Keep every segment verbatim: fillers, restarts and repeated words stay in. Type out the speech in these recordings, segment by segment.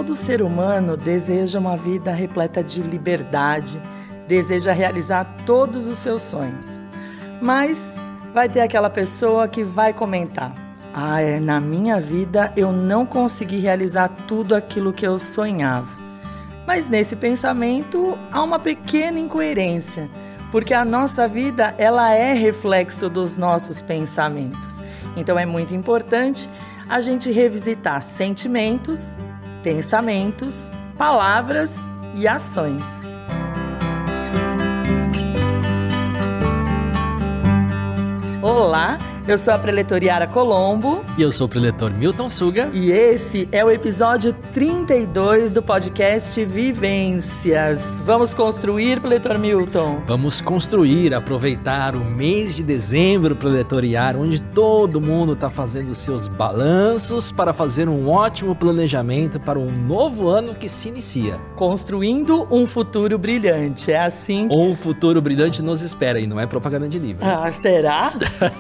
todo ser humano deseja uma vida repleta de liberdade, deseja realizar todos os seus sonhos. Mas vai ter aquela pessoa que vai comentar: ah, na minha vida eu não consegui realizar tudo aquilo que eu sonhava. Mas nesse pensamento há uma pequena incoerência, porque a nossa vida ela é reflexo dos nossos pensamentos. Então é muito importante a gente revisitar sentimentos, pensamentos, palavras e ações. Olá, eu sou a preletor Yara Colombo. E eu sou o preletor Milton Suga. E esse é o episódio trinta e dois do podcast Vivências. Vamos construir, preletor Milton? Vamos construir, aproveitar o mês de dezembro, preletor Yara, onde todo mundo está fazendo os seus balanços para fazer um ótimo planejamento para um novo ano que se inicia. Construindo um futuro brilhante, é assim? Um futuro brilhante nos espera e não é propaganda de livro. Ah, será?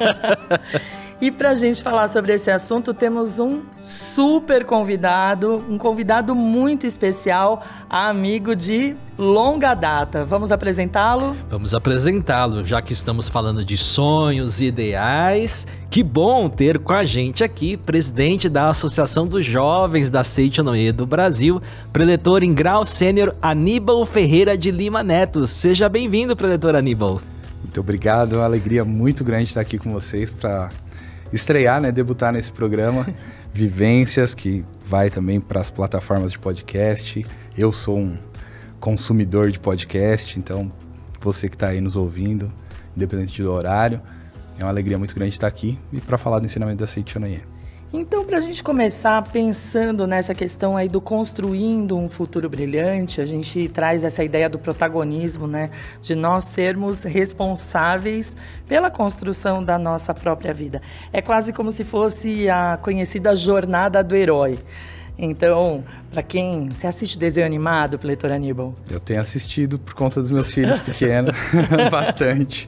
E para a gente falar sobre esse assunto, temos um super convidado, um convidado muito especial, amigo de longa data. Vamos apresentá-lo? Vamos apresentá-lo, já que estamos falando de sonhos e ideais. Que bom ter com a gente aqui, presidente da Associação dos Jovens da Seitonoye do Brasil, preletor em grau sênior Aníbal Ferreira de Lima Neto. Seja bem-vindo, preletor Aníbal. Muito obrigado, é uma alegria muito grande estar aqui com vocês para estrear, né, debutar nesse programa Vivências, que vai também para as plataformas de podcast. Eu sou um consumidor de podcast, então você que está aí nos ouvindo, independente do horário, é uma alegria muito grande estar aqui e para falar do ensinamento da Seitonoye. Então, para a gente começar pensando nessa questão aí do construindo um futuro brilhante, a gente traz essa ideia do protagonismo, né? De nós sermos responsáveis pela construção da nossa própria vida. É quase como se fosse a conhecida jornada do herói. Então, para quem... Você assiste desenho animado, preletor Aníbal? Eu tenho assistido por conta dos meus filhos pequenos, bastante.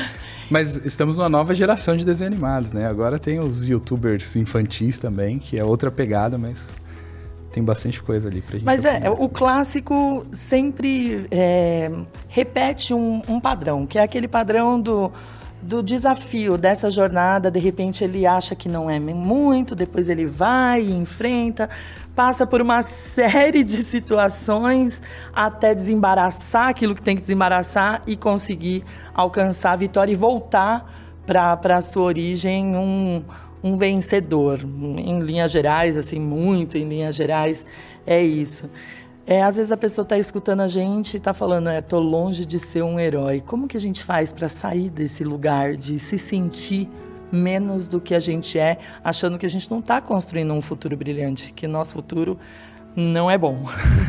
Mas estamos numa nova geração de desenhos animados, né? Agora tem os youtubers infantis também, que é outra pegada, mas tem bastante coisa ali pra gente. Mas é, o clássico sempre é, repete um, um padrão, que é aquele padrão do, do desafio dessa jornada. De repente ele acha que não é muito, depois ele vai e enfrenta, passa por uma série de situações até desembaraçar aquilo que tem que desembaraçar e conseguir alcançar a vitória e voltar para a sua origem um, um vencedor. Em linhas gerais, assim, muito em linhas gerais, é isso. É, às vezes a pessoa está escutando a gente e está falando, estou longe de ser um herói. Como que a gente faz para sair desse lugar de se sentir menos do que a gente é, achando que a gente não está construindo um futuro brilhante, que nosso futuro não é bom?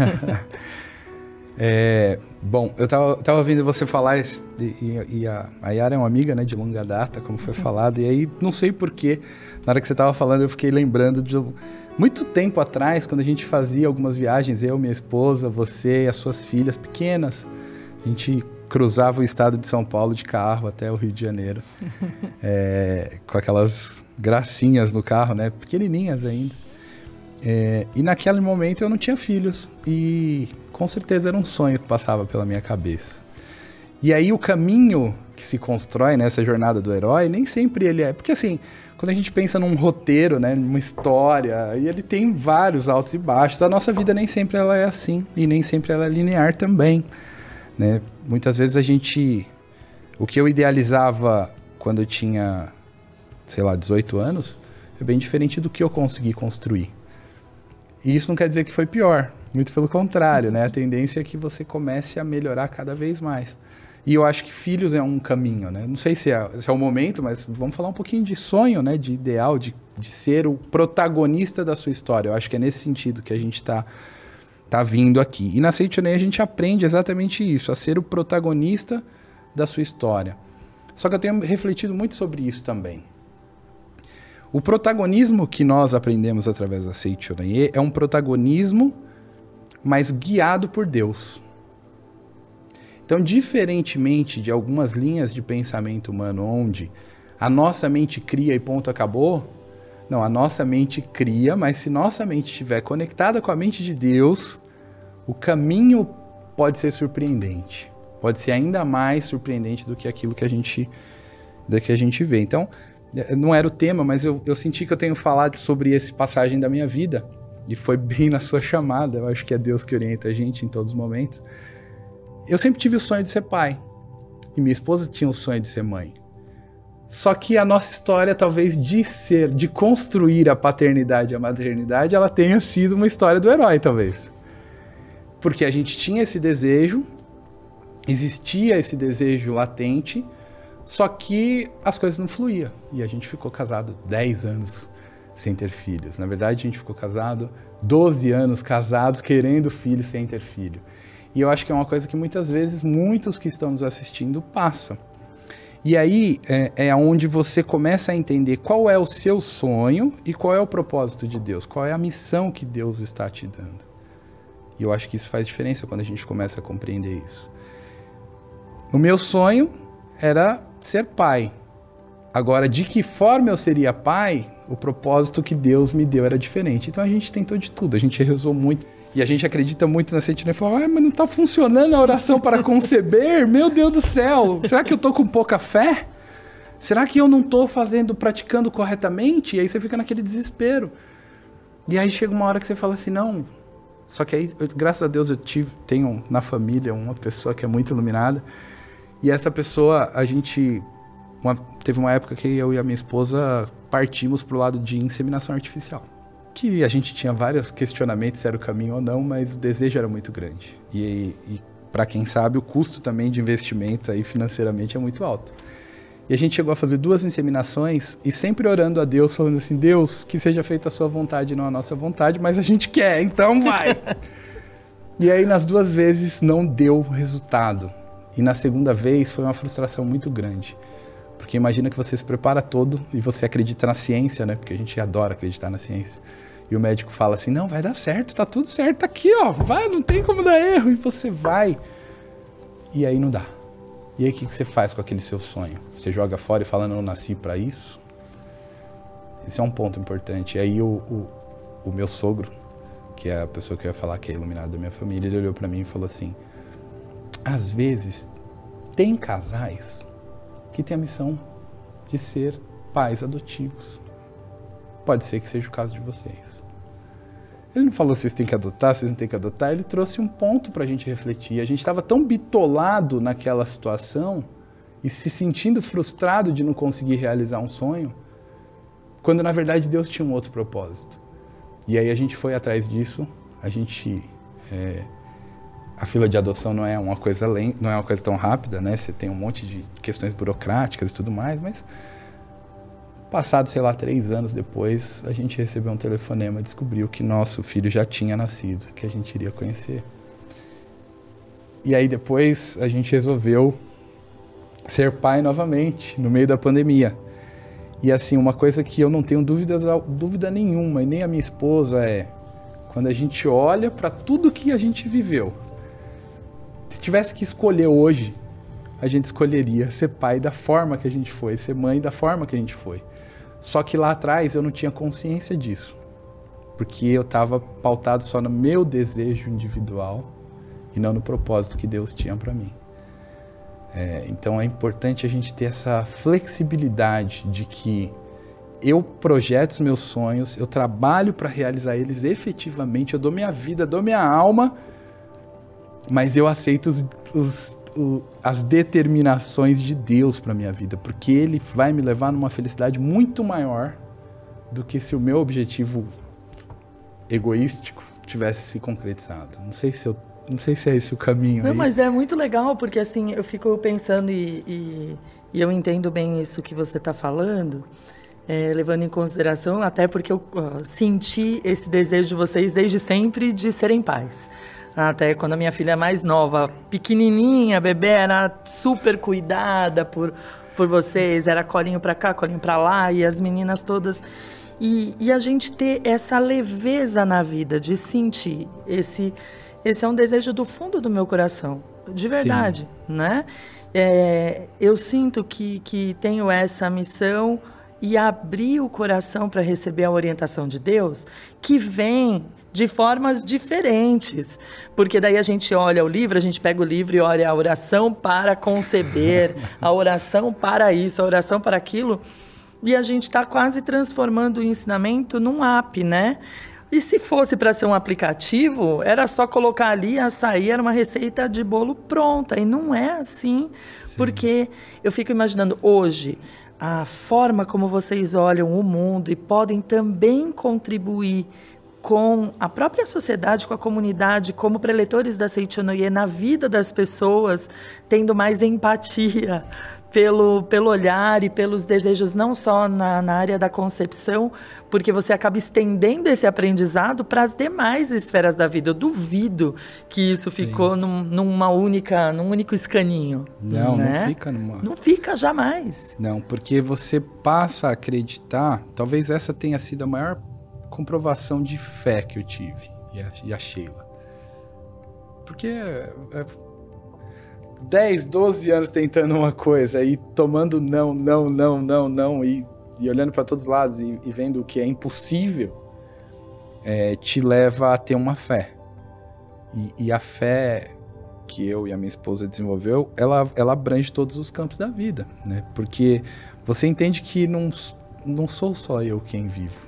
é, bom, eu estava tava ouvindo você falar, e, e a, a Yara é uma amiga, né, de longa data, como foi falado, e aí não sei porquê, na hora que você estava falando eu fiquei lembrando de muito tempo atrás, quando a gente fazia algumas viagens, eu, minha esposa, você e as suas filhas pequenas, a gente cruzava o estado de São Paulo de carro até o Rio de Janeiro, é, com aquelas gracinhas no carro, né, pequenininhas ainda. É, e naquele momento eu não tinha filhos e com certeza era um sonho que passava pela minha cabeça. E aí o caminho que se constrói nessa jornada do herói, nem sempre ele é... Porque assim, quando a gente pensa num roteiro, né, numa história, e ele tem vários altos e baixos, a nossa vida nem sempre ela é assim e nem sempre ela é linear também. Né? Muitas vezes a gente... O que eu idealizava quando eu tinha, sei lá, dezoito anos, é bem diferente do que eu consegui construir. E isso não quer dizer que foi pior, muito pelo contrário, né? A tendência é que você comece a melhorar cada vez mais. E eu acho que filhos é um caminho, né? Não sei se é, se é o momento, mas vamos falar um pouquinho de sonho, né? De ideal, de, de ser o protagonista da sua história. Eu acho que é nesse sentido que a gente está... tá vindo aqui. E na Seitonoye a gente aprende exatamente isso, a ser o protagonista da sua história. Só que eu tenho refletido muito sobre isso também. O protagonismo que nós aprendemos através da Seitonoye é um protagonismo, mas guiado por Deus. Então, diferentemente de algumas linhas de pensamento humano onde a nossa mente cria e ponto acabou, Não, a nossa mente cria, mas se nossa mente estiver conectada com a mente de Deus, o caminho pode ser surpreendente. Pode ser ainda mais surpreendente do que aquilo que a gente, do que a gente vê. Então, não era o tema, mas eu, eu senti que eu tenho falado sobre essa passagem da minha vida. E foi bem na sua chamada. Eu acho que é Deus que orienta a gente em todos os momentos. Eu sempre tive o sonho de ser pai. E minha esposa tinha o sonho de ser mãe. Só que a nossa história, talvez, de ser, de construir a paternidade e a maternidade, ela tenha sido uma história do herói, talvez. Porque a gente tinha esse desejo, existia esse desejo latente, só que as coisas não fluíam. E a gente ficou casado dez anos sem ter filhos. Na verdade, a gente ficou casado doze anos casados, querendo filho sem ter filho. E eu acho que é uma coisa que muitas vezes muitos que estão nos assistindo passam. E aí é, é onde você começa a entender qual é o seu sonho e qual é o propósito de Deus, qual é a missão que Deus está te dando. E eu acho que isso faz diferença quando a gente começa a compreender isso. O meu sonho era ser pai. Agora, de que forma eu seria pai, o propósito que Deus me deu era diferente. Então a gente tentou de tudo, a gente rezou muito. E a gente acredita muito na sentinela e fala, ah, mas não está funcionando a oração para conceber? Meu Deus do céu, será que eu estou com pouca fé? Será que eu não estou fazendo, praticando corretamente? E aí você fica naquele desespero. E aí chega uma hora que você fala assim, não. Só que aí, eu, graças a Deus, eu tive, tenho na família uma pessoa que é muito iluminada. E essa pessoa, a gente... Uma, teve uma época que eu e a minha esposa partimos para o lado de inseminação artificial. Que a gente tinha vários questionamentos se era o caminho ou não, mas o desejo era muito grande. E, e para quem sabe, o custo também de investimento aí financeiramente é muito alto. E a gente chegou a fazer duas inseminações e sempre orando a Deus, falando assim, Deus, que seja feita a sua vontade, não a nossa vontade, mas a gente quer, então vai! E aí nas duas vezes não deu resultado. E na segunda vez foi uma frustração muito grande. Porque imagina que você se prepara todo e você acredita na ciência, né? Porque a gente adora acreditar na ciência. E o médico fala assim, não, vai dar certo, tá tudo certo, tá aqui, ó, vai, não tem como dar erro. E você vai. E aí não dá. E aí o que, que você faz com aquele seu sonho? Você joga fora e fala, não, eu nasci pra isso? Esse é um ponto importante. E aí o, o, o meu sogro, que é a pessoa que eu ia falar que é iluminado da minha família, ele olhou pra mim e falou assim, às vezes tem casais que tem a missão de ser pais adotivos. Pode ser que seja o caso de vocês. Ele não falou vocês têm que adotar, vocês não têm que adotar, ele trouxe um ponto pra gente refletir. A gente estava tão bitolado naquela situação e se sentindo frustrado de não conseguir realizar um sonho, quando na verdade Deus tinha um outro propósito. E aí a gente foi atrás disso, a gente... É, a fila de adoção não é uma coisa lenta, não é uma coisa tão rápida, né? Você tem um monte de questões burocráticas e tudo mais, mas passado, sei lá, três anos depois, a gente recebeu um telefonema e descobriu que nosso filho já tinha nascido, que a gente iria conhecer. E aí depois a gente resolveu ser pai novamente, no meio da pandemia. E assim, uma coisa que eu não tenho dúvidas, dúvida nenhuma, e nem a minha esposa é, quando a gente olha para tudo que a gente viveu, se tivesse que escolher hoje, a gente escolheria ser pai da forma que a gente foi, ser mãe da forma que a gente foi. Só que lá atrás eu não tinha consciência disso, porque eu estava pautado só no meu desejo individual e não no propósito que Deus tinha para mim. É, então é importante a gente ter essa flexibilidade de que eu projeto os meus sonhos, eu trabalho para realizar eles efetivamente, eu dou minha vida, dou minha alma, mas eu aceito os, os, os, as determinações de Deus para minha vida, porque Ele vai me levar numa felicidade muito maior do que se o meu objetivo egoístico tivesse se concretizado. Não sei se, eu, não sei se é esse o caminho. Não, aí. Mas é muito legal, porque assim, eu fico pensando e, e, e eu entendo bem isso que você está falando, é, levando em consideração, até porque eu ó, senti esse desejo de vocês desde sempre de serem pais. Até quando a minha filha mais nova, pequenininha, bebê, era super cuidada por, por vocês, era colinho pra cá, colinho pra lá, e as meninas todas. E, e a gente ter essa leveza na vida, de sentir, esse, esse é um desejo do fundo do meu coração, de verdade, Sim. né? É, eu sinto que, que tenho essa missão e abrir o coração para receber a orientação de Deus, que vem de formas diferentes. Porque daí a gente olha o livro, a gente pega o livro e olha a oração para conceber, a oração para isso, a oração para aquilo, e a gente está quase transformando o ensinamento num app, né? E se fosse para ser um aplicativo, era só colocar ali, açaí era uma receita de bolo pronta. E não é assim, Sim. porque eu fico imaginando hoje a forma como vocês olham o mundo e podem também contribuir com a própria sociedade, com a comunidade, como preletores da Seichonoye, na vida das pessoas, tendo mais empatia pelo, pelo olhar e pelos desejos, não só na, na área da concepção, porque você acaba estendendo esse aprendizado para as demais esferas da vida. Eu duvido que isso ficou num, numa única, num único escaninho. Não, né? não fica numa... Não fica jamais. Não, porque você passa a acreditar, talvez essa tenha sido a maior comprovação de fé que eu tive, e a, e a Sheila. Porque é, é dez, doze anos tentando uma coisa e tomando não, não, não, não, não, e, e olhando para todos os lados e, e vendo o que é impossível, é, te leva a ter uma fé. E, e a fé que eu e a minha esposa desenvolveu, ela, ela abrange todos os campos da vida, né? Porque você entende que não, não sou só eu quem vivo.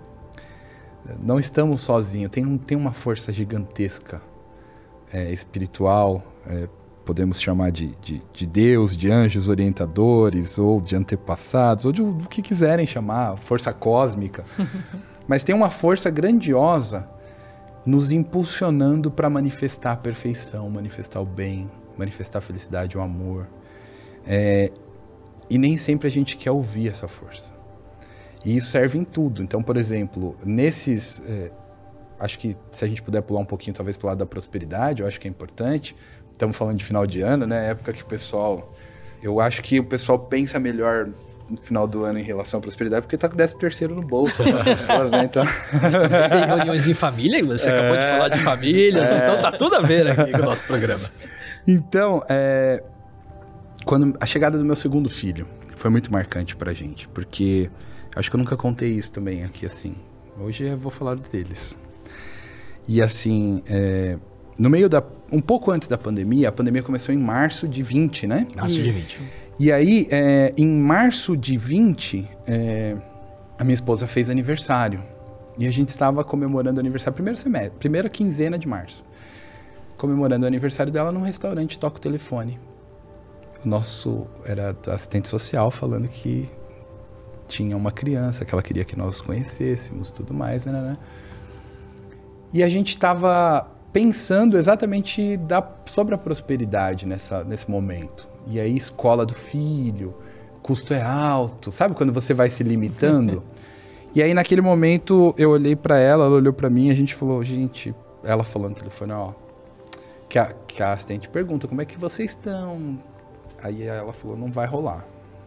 Não estamos sozinhos, tem, tem uma força gigantesca, é, espiritual, é, podemos chamar de, de, de Deus, de anjos orientadores, ou de antepassados, ou de o que quiserem chamar, força cósmica. Mas tem uma força grandiosa nos impulsionando para manifestar a perfeição, manifestar o bem, manifestar a felicidade, o amor. É, e nem sempre a gente quer ouvir essa força. E isso serve em tudo. Então, por exemplo, nesses... É, acho que se a gente puder pular um pouquinho, talvez, para o lado da prosperidade, eu acho que é importante. Estamos falando de final de ano, né? Época que o pessoal... Eu acho que o pessoal pensa melhor no final do ano em relação à prosperidade, porque tá com o décimo terceiro no bolso das pessoas, né? Então... Mas também tem reuniões em família, você é... acabou de falar de famílias, é... então tá tudo a ver aqui com o nosso programa. Então, é... quando a chegada do meu segundo filho foi muito marcante pra gente, porque... Acho que eu nunca contei isso também aqui, assim. Hoje eu vou falar deles. E assim, é, no meio da... Um pouco antes da pandemia, a pandemia começou em março de vinte, né? Março de vinte. E aí, é, em março de vinte, é, a minha esposa fez aniversário. E a gente estava comemorando o aniversário, primeiro semestre, primeira quinzena de março. Comemorando o aniversário dela num restaurante, toca o telefone. O nosso, era assistente social falando que tinha uma criança que ela queria que nós conhecêssemos, tudo mais, né, né? E a gente estava pensando exatamente da, sobre a prosperidade nessa, nesse momento. E aí, escola do filho, custo é alto, sabe quando você vai se limitando? E aí, naquele momento, eu olhei para ela, ela olhou para mim, e a gente falou, gente, ela falou no telefone, ó, que a, que a assistente pergunta, como é que vocês estão? Aí ela falou, não vai rolar.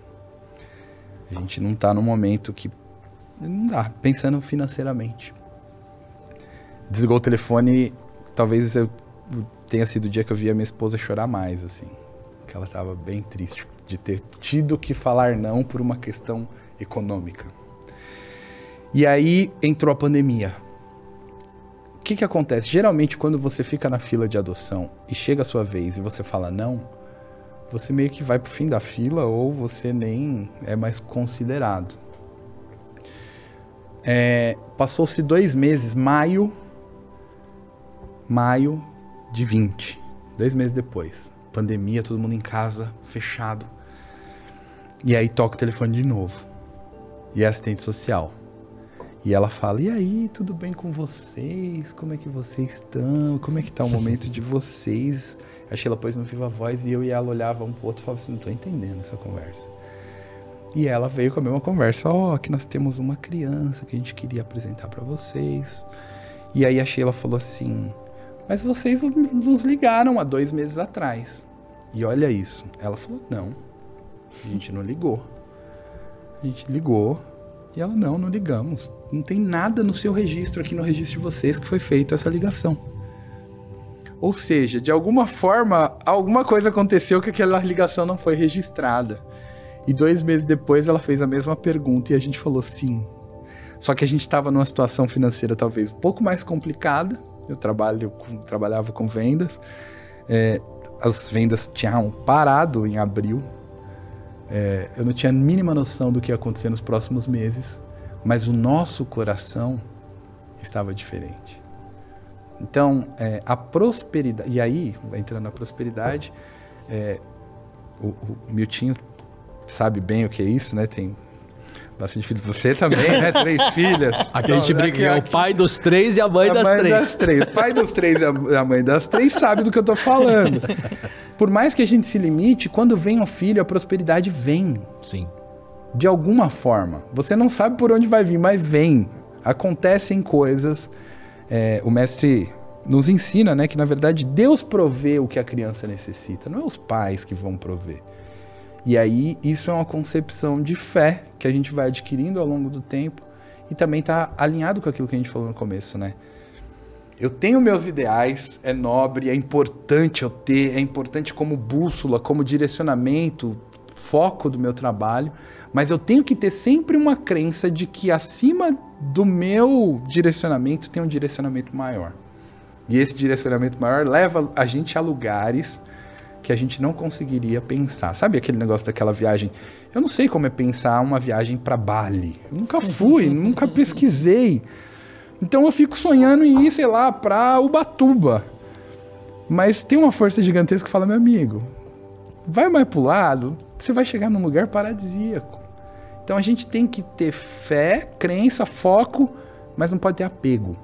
A gente não tá no momento que... Não dá, pensando financeiramente. Desligou o telefone, talvez eu tenha sido o dia que eu vi a minha esposa chorar mais, assim. Que ela tava bem triste de ter tido que falar não por uma questão econômica. E aí entrou a pandemia. O que que acontece? Geralmente, quando você fica na fila de adoção e chega a sua vez e você fala não... você meio que vai pro fim da fila ou você nem é mais considerado. É, passou-se dois meses, maio, maio de vinte, dois meses depois. Pandemia, todo mundo em casa, fechado. E aí toca o telefone de novo. E é assistente social. E ela fala, e aí, tudo bem com vocês? Como é que vocês estão? Como é que tá o momento de vocês? A Sheila pôs no Viva Voz e eu e ela olhava um pro outro e falava assim, não tô entendendo essa conversa. E ela veio com a mesma conversa, ó, oh, que nós temos uma criança que a gente queria apresentar pra vocês. E aí a Sheila falou assim, mas vocês nos ligaram há dois meses atrás. E olha isso, ela falou, não, a gente não ligou. A gente ligou e ela, não, não ligamos. Não tem nada no seu registro aqui, no registro de vocês, que foi feita essa ligação. Ou seja, de alguma forma, alguma coisa aconteceu que aquela ligação não foi registrada. E dois meses depois ela fez a mesma pergunta e a gente falou sim. Só que a gente estava numa situação financeira talvez um pouco mais complicada. Eu trabalho com, trabalhava com vendas. É, as vendas tinham parado em abril. É, eu não tinha a mínima noção do que ia acontecer nos próximos meses. Mas o nosso coração estava diferente. Então, é, a prosperidade... E aí, entrando na prosperidade, é, o, o Miltinho sabe bem o que é isso, né? Tem bastante filhos. Você também, né? Três filhas. Aqui a gente brinca, é o pai dos três e a mãe a das mãe três. das três. O pai dos três e a mãe das três sabe do que eu tô falando. Por mais que a gente se limite, quando vem um filho, a prosperidade vem. Sim. De alguma forma. Você não sabe por onde vai vir, mas vem. Acontecem coisas. É, o mestre nos ensina, né, que na verdade Deus provê o que a criança necessita. Não é os pais que vão prover. E aí isso é uma concepção de fé que a gente vai adquirindo ao longo do tempo e também está alinhado com aquilo que a gente falou no começo, né? Eu tenho meus ideais, é nobre, é importante eu ter, é importante como bússola, como direcionamento, foco do meu trabalho, mas eu tenho que ter sempre uma crença de que acima do meu direcionamento tem um direcionamento maior. E esse direcionamento maior leva a gente a lugares que a gente não conseguiria pensar. Sabe aquele negócio daquela viagem? Eu não sei como é pensar uma viagem para Bali. Eu nunca fui, nunca pesquisei. Então eu fico sonhando em ir, sei lá, para Ubatuba. Mas tem uma força gigantesca que fala, meu amigo, vai mais pro lado, você vai chegar num lugar paradisíaco. Então a gente tem que ter fé, crença, foco, mas não pode ter apego.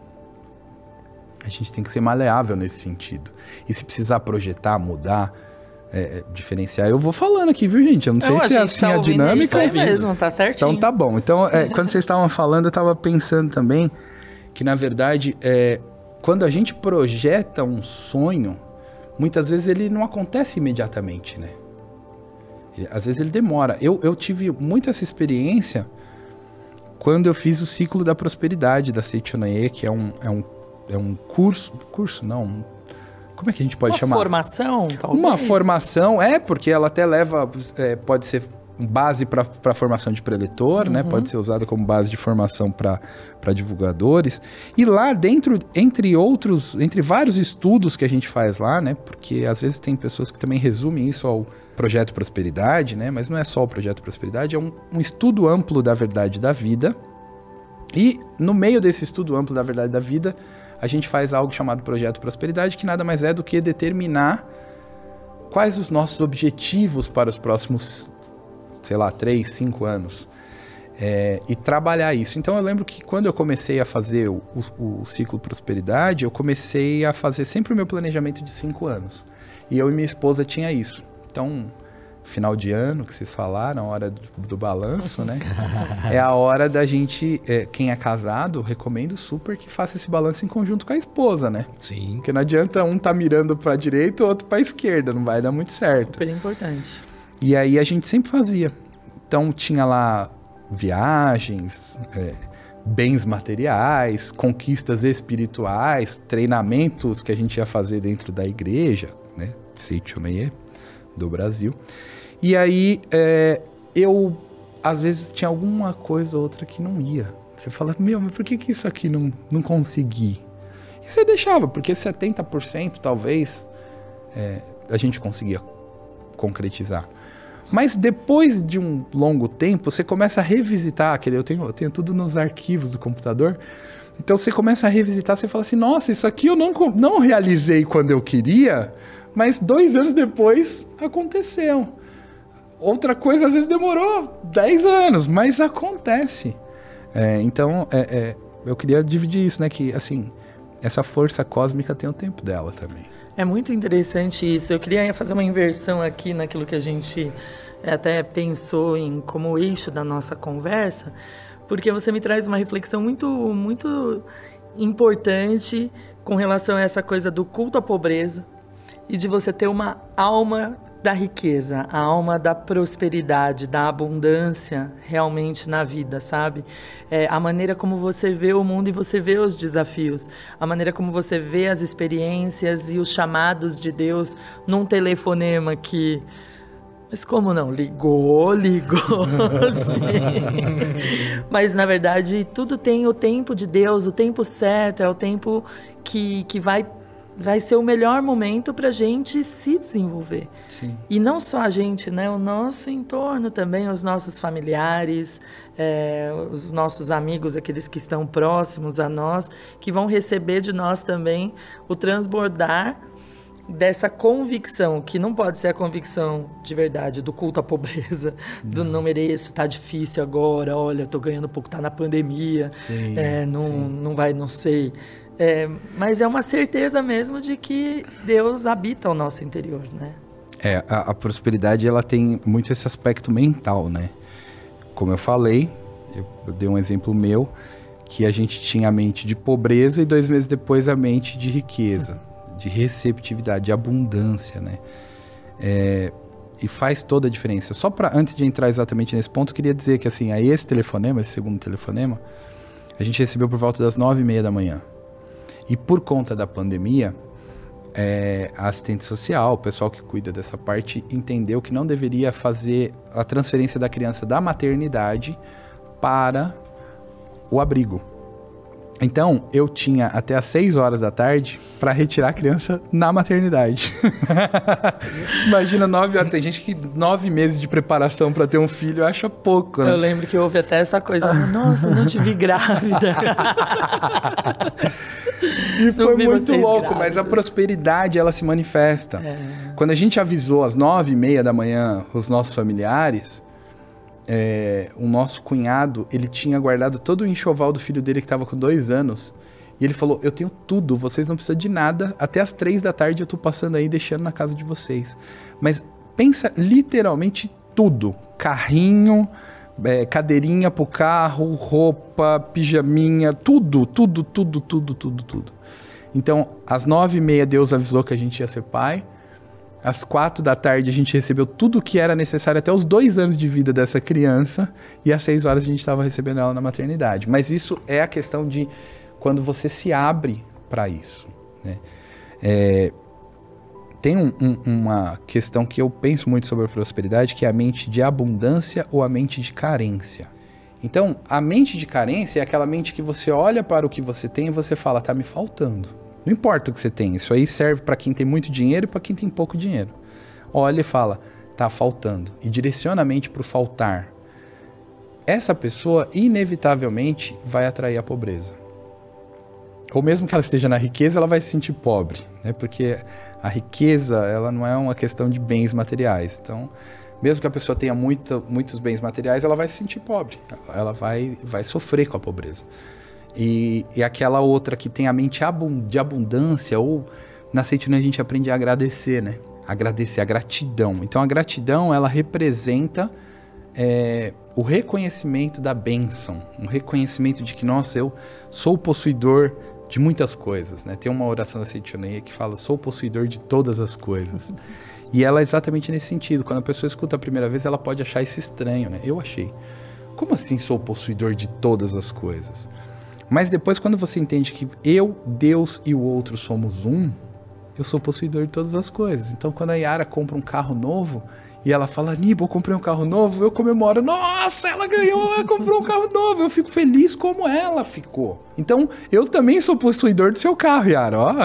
A gente tem que ser maleável nesse sentido. E se precisar projetar, mudar, é, diferenciar, eu vou falando aqui, viu, gente? Eu não sei não, se é assim tá a dinâmica. Isso aí mesmo, tá certinho. Então tá bom. Então, é, quando vocês estavam falando, eu estava pensando também que, na verdade, é, quando a gente projeta um sonho, muitas vezes ele não acontece imediatamente, né? Ele, às vezes ele demora. Eu, eu tive muito essa experiência quando eu fiz o ciclo da prosperidade da Seichonoye, que é um, é um, é um curso... Curso, não... Como é que a gente pode uma chamar? Uma formação, talvez? Uma formação, é, porque ela até leva... É, pode ser base para a formação de preletor, uhum. né? Pode ser usada como base de formação para divulgadores. E lá dentro, entre outros, entre vários estudos que a gente faz lá, né? Porque às vezes tem pessoas que também resumem isso ao Projeto Prosperidade, né? Mas não é só o Projeto Prosperidade, é um, um estudo amplo da verdade da vida. E no meio desse estudo amplo da verdade da vida, a gente faz algo chamado Projeto Prosperidade, que nada mais é do que determinar quais os nossos objetivos para os próximos, sei lá, três, cinco anos. É, e trabalhar isso. Então eu lembro que quando eu comecei a fazer o, o, o ciclo Prosperidade, eu comecei a fazer sempre o meu planejamento de cinco anos. E eu e minha esposa tinha isso. Então, final de ano, que vocês falaram, a hora do, do balanço, né? É a hora da gente, é, quem é casado, recomendo super que faça esse balanço em conjunto com a esposa, né? Sim. Porque não adianta um tá mirando pra direita e o outro pra esquerda, não vai dar muito certo. Super importante. E aí a gente sempre fazia. Então tinha lá viagens, é, bens materiais, conquistas espirituais, treinamentos que a gente ia fazer dentro da igreja, né? Seichonoye, do Brasil. E aí é, eu, às vezes, tinha alguma coisa ou outra que não ia. Você fala, meu, mas por que, que isso aqui não, não consegui? E você deixava, porque setenta por cento talvez é, a gente conseguia concretizar. Mas depois de um longo tempo, você começa a revisitar aquele... Eu tenho, eu tenho tudo nos arquivos do computador. Então você começa a revisitar, você fala assim, nossa, isso aqui eu não, não realizei quando eu queria, mas dois anos depois aconteceu. Outra coisa às vezes demorou dez anos, mas acontece. É, então é, é, eu queria dividir isso, né? Que assim, essa força cósmica tem o tempo dela também. É muito interessante isso. Eu queria fazer uma inversão aqui naquilo que a gente até pensou em como eixo da nossa conversa, porque você me traz uma reflexão muito, muito importante com relação a essa coisa do culto à pobreza e de você ter uma alma da riqueza, a alma da prosperidade, da abundância realmente na vida, sabe? É, a maneira como você vê o mundo e você vê os desafios, a maneira como você vê as experiências e os chamados de Deus num telefonema que Mas como não? Ligou, ligou, sim. Mas, na verdade, tudo tem o tempo de Deus, o tempo certo, é o tempo que, que vai, vai ser o melhor momento para a gente se desenvolver. Sim. E não só a gente, né? O nosso entorno também, os nossos familiares, é, os nossos amigos, aqueles que estão próximos a nós, que vão receber de nós também o transbordar dessa convicção, que não pode ser a convicção de verdade do culto à pobreza, não. do não mereço, tá difícil agora, olha, tô ganhando pouco, tá na pandemia, sim, é, não, sim. não vai, não sei. É, mas é uma certeza mesmo de que Deus habita o nosso interior, né? É, a, a prosperidade, ela tem muito esse aspecto mental, né? Como eu falei, eu, eu dei um exemplo meu, que a gente tinha a mente de pobreza e dois meses depois a mente de riqueza. De receptividade, de abundância, né? É, e faz toda a diferença. Só para antes de entrar exatamente nesse ponto, eu queria dizer que assim, aí esse telefonema, esse segundo telefonema, a gente recebeu por volta das nove e meia da manhã. E por conta da pandemia, é, a assistente social, o pessoal que cuida dessa parte, entendeu que não deveria fazer a transferência da criança da maternidade para o abrigo. Então, eu tinha até às seis horas da tarde para retirar a criança na maternidade. Imagina, nove horas. Tem gente que nove meses de preparação para ter um filho acha pouco, né? Eu lembro que houve até essa coisa. Nossa, não te vi grávida. E foi muito louco, grávidas. Mas a prosperidade, ela se manifesta. É. Quando a gente avisou às nove e meia da manhã os nossos familiares... É, o nosso cunhado, ele tinha guardado todo o enxoval do filho dele que estava com dois anos. E ele falou, eu tenho tudo, vocês não precisam de nada. Até as três da tarde eu tô passando aí, deixando na casa de vocês. Mas pensa literalmente tudo. Carrinho, é, cadeirinha pro carro, roupa, pijaminha, tudo, tudo, tudo, tudo, tudo, tudo. Então, às nove e meia Deus avisou que a gente ia ser pai. Às quatro da tarde a gente recebeu tudo o que era necessário até os dois anos de vida dessa criança. E às seis horas a gente estava recebendo ela na maternidade. Mas isso é a questão de quando você se abre para isso, né? É, tem um, um, uma questão que eu penso muito sobre a prosperidade, que é a mente de abundância ou a mente de carência. Então, a mente de carência é aquela mente que você olha para o que você tem e você fala, tá me faltando. Não importa o que você tem, isso aí serve para quem tem muito dinheiro e para quem tem pouco dinheiro. Olha e fala, tá faltando. E direciona a mente para o faltar. Essa pessoa, inevitavelmente, vai atrair a pobreza. Ou mesmo que ela esteja na riqueza, ela vai se sentir pobre, né? Porque a riqueza, ela não é uma questão de bens materiais. Então, mesmo que a pessoa tenha muito, muitos bens materiais, ela vai se sentir pobre. Ela vai, vai sofrer com a pobreza. E, e aquela outra que tem a mente de abundância, ou na Seitino a gente aprende a agradecer, né? Agradecer, a gratidão. Então a gratidão, ela representa é, o reconhecimento da bênção, um reconhecimento de que, nossa, eu sou o possuidor de muitas coisas, né? Tem uma oração da Seitino que fala, sou o possuidor de todas as coisas. E ela é exatamente nesse sentido. Quando a pessoa escuta a primeira vez, ela pode achar isso estranho, né? Eu achei. Como assim sou o possuidor de todas as coisas? Mas depois, quando você entende que eu, Deus e o outro somos um, eu sou possuidor de todas as coisas. Então, quando a Yara compra um carro novo e ela fala, Nibo, eu comprei um carro novo, eu comemoro, nossa, ela ganhou, ela comprou um carro novo, eu fico feliz como ela ficou. Então, eu também sou possuidor do seu carro, Yara, ó.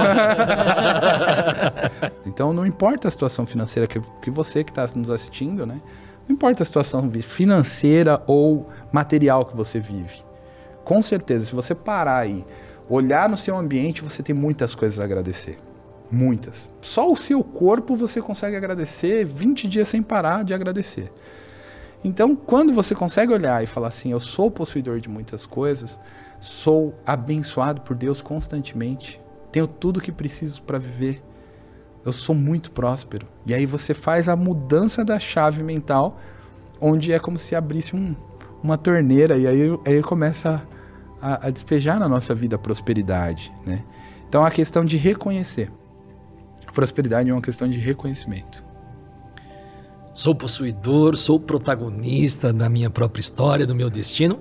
Então, não importa a situação financeira que, que você que está nos assistindo, né? Não importa a situação financeira ou material que você vive. Com certeza, se você parar e olhar no seu ambiente, você tem muitas coisas a agradecer. Muitas. Só o seu corpo você consegue agradecer vinte dias sem parar de agradecer. Então, quando você consegue olhar e falar assim, eu sou possuidor de muitas coisas, sou abençoado por Deus constantemente, tenho tudo o que preciso para viver, eu sou muito próspero. E aí você faz a mudança da chave mental, onde é como se abrisse um, uma torneira e aí, aí começa a, a despejar na nossa vida a prosperidade, né? Então, é a questão de reconhecer. A prosperidade é uma questão de reconhecimento. Sou possuidor, sou protagonista da minha própria história, do meu destino.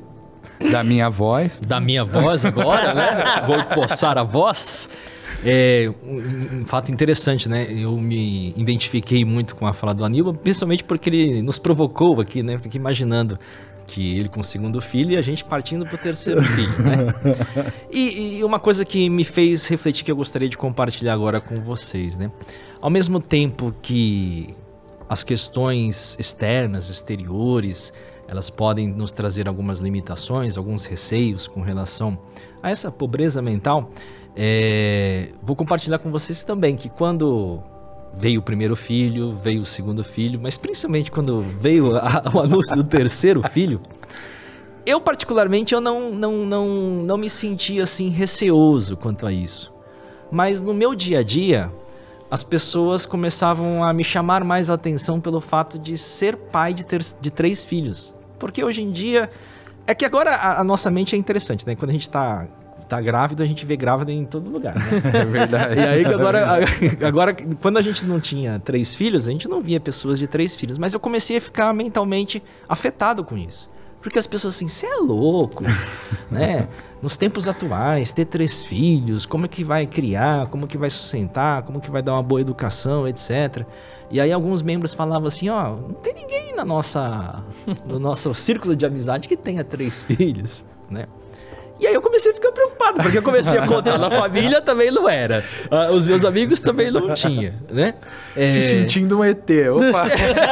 da minha voz. Da minha voz agora, né? Vou empossar a voz. É um, um fato interessante, né? Eu me identifiquei muito com a fala do Aníbal, principalmente porque ele nos provocou aqui, né? Fiquei imaginando que ele com o segundo filho e a gente partindo para o terceiro filho, né? E, e uma coisa que me fez refletir, que eu gostaria de compartilhar agora com vocês, né? Ao mesmo tempo que as questões externas, exteriores, elas podem nos trazer algumas limitações, alguns receios com relação a essa pobreza mental, é, vou compartilhar com vocês também que quando veio o primeiro filho, veio o segundo filho, mas principalmente quando veio a, o anúncio do terceiro filho, eu particularmente eu não, não, não, não me senti assim receoso quanto a isso. Mas no meu dia a dia, as pessoas começavam a me chamar mais a atenção pelo fato de ser pai de, ter, de três filhos. Porque hoje em dia, é que agora a, a nossa mente é interessante, né? Quando a gente tá... tá grávido, a gente vê grávida em todo lugar, né? É verdade. E aí, agora, agora, quando a gente não tinha três filhos, a gente não via pessoas de três filhos. Mas eu comecei a ficar mentalmente afetado com isso. Porque as pessoas assim, você é louco, né? Nos tempos atuais, ter três filhos, como é que vai criar, como que vai sustentar, como que vai dar uma boa educação, etcétera. E aí alguns membros falavam assim, ó, não tem ninguém na nossa, no nosso círculo de amizade que tenha três filhos, né? E aí eu comecei a ficar preocupado, porque eu comecei a contar na família, também não era. Uh, os meus amigos também não tinha, né? É... Se sentindo um E T, opa!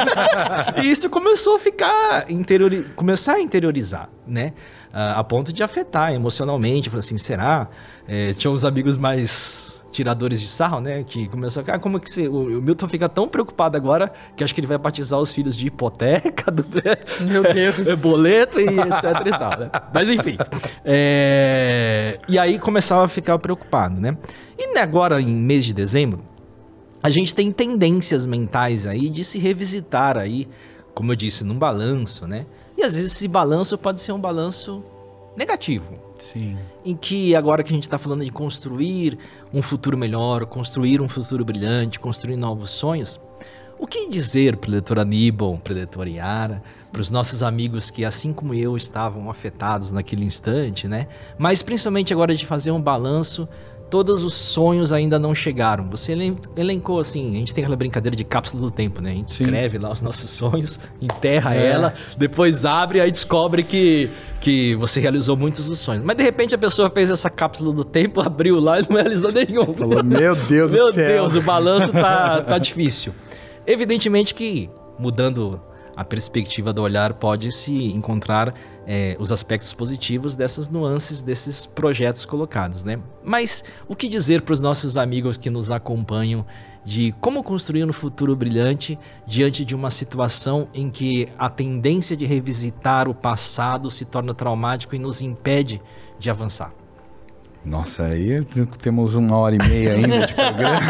E isso começou a ficar, interiori... começar a interiorizar, né? Uh, a ponto de afetar emocionalmente. Eu falei assim, será? É, tinha uns amigos mais tiradores de sarro, né? Que começou a... Ah, como que você... O Milton fica tão preocupado agora que acho que ele vai batizar os filhos de hipoteca, do... Meu Deus. É, boleto e etc e tal, né? Mas enfim. É... E aí começava a ficar preocupado, né? E agora, em mês de dezembro, a gente tem tendências mentais aí de se revisitar aí, como eu disse, num balanço, né? E às vezes esse balanço pode ser um balanço negativo. Sim. Em que agora que a gente está falando de construir um futuro melhor, construir um futuro brilhante, construir novos sonhos, o que dizer para o leitor Aníbal, para a leitora Yara, para os nossos amigos que assim como eu estavam afetados naquele instante, né? Mas principalmente agora de fazer um balanço, todos os sonhos ainda não chegaram. Você elencou assim, a gente tem aquela brincadeira de cápsula do tempo, né? A gente Sim. escreve lá os nossos sonhos, enterra é. ela, depois abre e aí descobre que, que você realizou muitos dos sonhos. Mas de repente a pessoa fez essa cápsula do tempo, abriu lá e não realizou nenhum. Falou, meu Deus meu do céu. Meu Deus, o balanço tá, tá difícil. Evidentemente que, mudando a perspectiva do olhar, pode-se encontrar é, os aspectos positivos dessas nuances, desses projetos colocados, né? Mas o que dizer para os nossos amigos que nos acompanham de como construir um futuro brilhante diante de uma situação em que a tendência de revisitar o passado se torna traumático e nos impede de avançar? Nossa, aí temos uma hora e meia ainda de programa.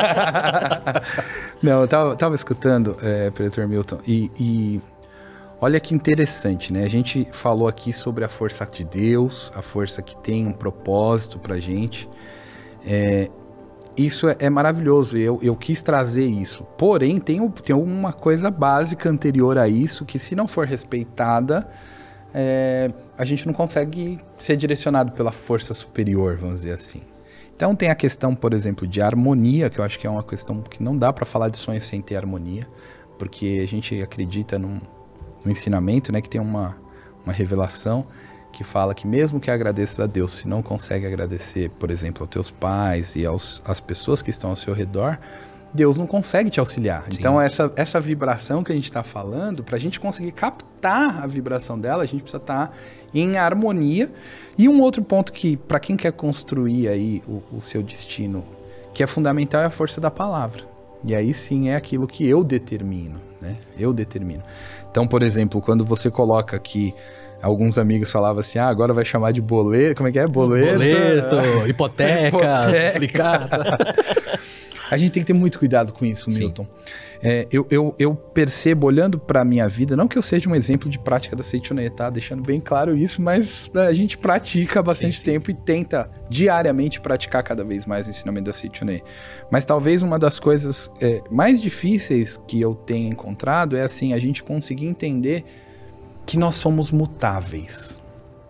Não, eu tava, tava escutando, é, Preletor Milton, e, e olha que interessante, né? A gente falou aqui sobre a força de Deus, a força que tem um propósito pra gente. É, isso é, é maravilhoso, eu, eu quis trazer isso. Porém, tem, tem uma coisa básica anterior a isso, que se não for respeitada... É, a gente não consegue ser direcionado pela força superior, vamos dizer assim. Então tem a questão, por exemplo, de harmonia, que eu acho que é uma questão que não dá para falar de sonhos sem ter harmonia, porque a gente acredita num, num ensinamento, né, que tem uma, uma revelação que fala que mesmo que agradeças a Deus, se não consegue agradecer, por exemplo, aos teus pais e aos, às pessoas que estão ao seu redor, Deus não consegue te auxiliar. Sim. Então, essa, essa vibração que a gente está falando, para a gente conseguir captar a vibração dela, a gente precisa estar tá em harmonia. E um outro ponto que, para quem quer construir aí o, o seu destino, que é fundamental, é a força da palavra. E aí sim é aquilo que eu determino, né? Eu determino. Então, por exemplo, quando você coloca aqui, alguns amigos falavam assim, ah, agora vai chamar de boleto, como é que é? Boleto, boleto hipoteca, hipoteca. Aplicada. A gente tem que ter muito cuidado com isso, Milton. É, eu, eu, eu percebo, olhando para a minha vida, não que eu seja um exemplo de prática da Seichoné, tá? Deixando bem claro isso, mas a gente pratica há bastante sim, sim. tempo e tenta diariamente praticar cada vez mais o ensinamento da Seichoné. Mas talvez uma das coisas é, mais difíceis que eu tenho encontrado é assim, a gente conseguir entender que nós somos mutáveis.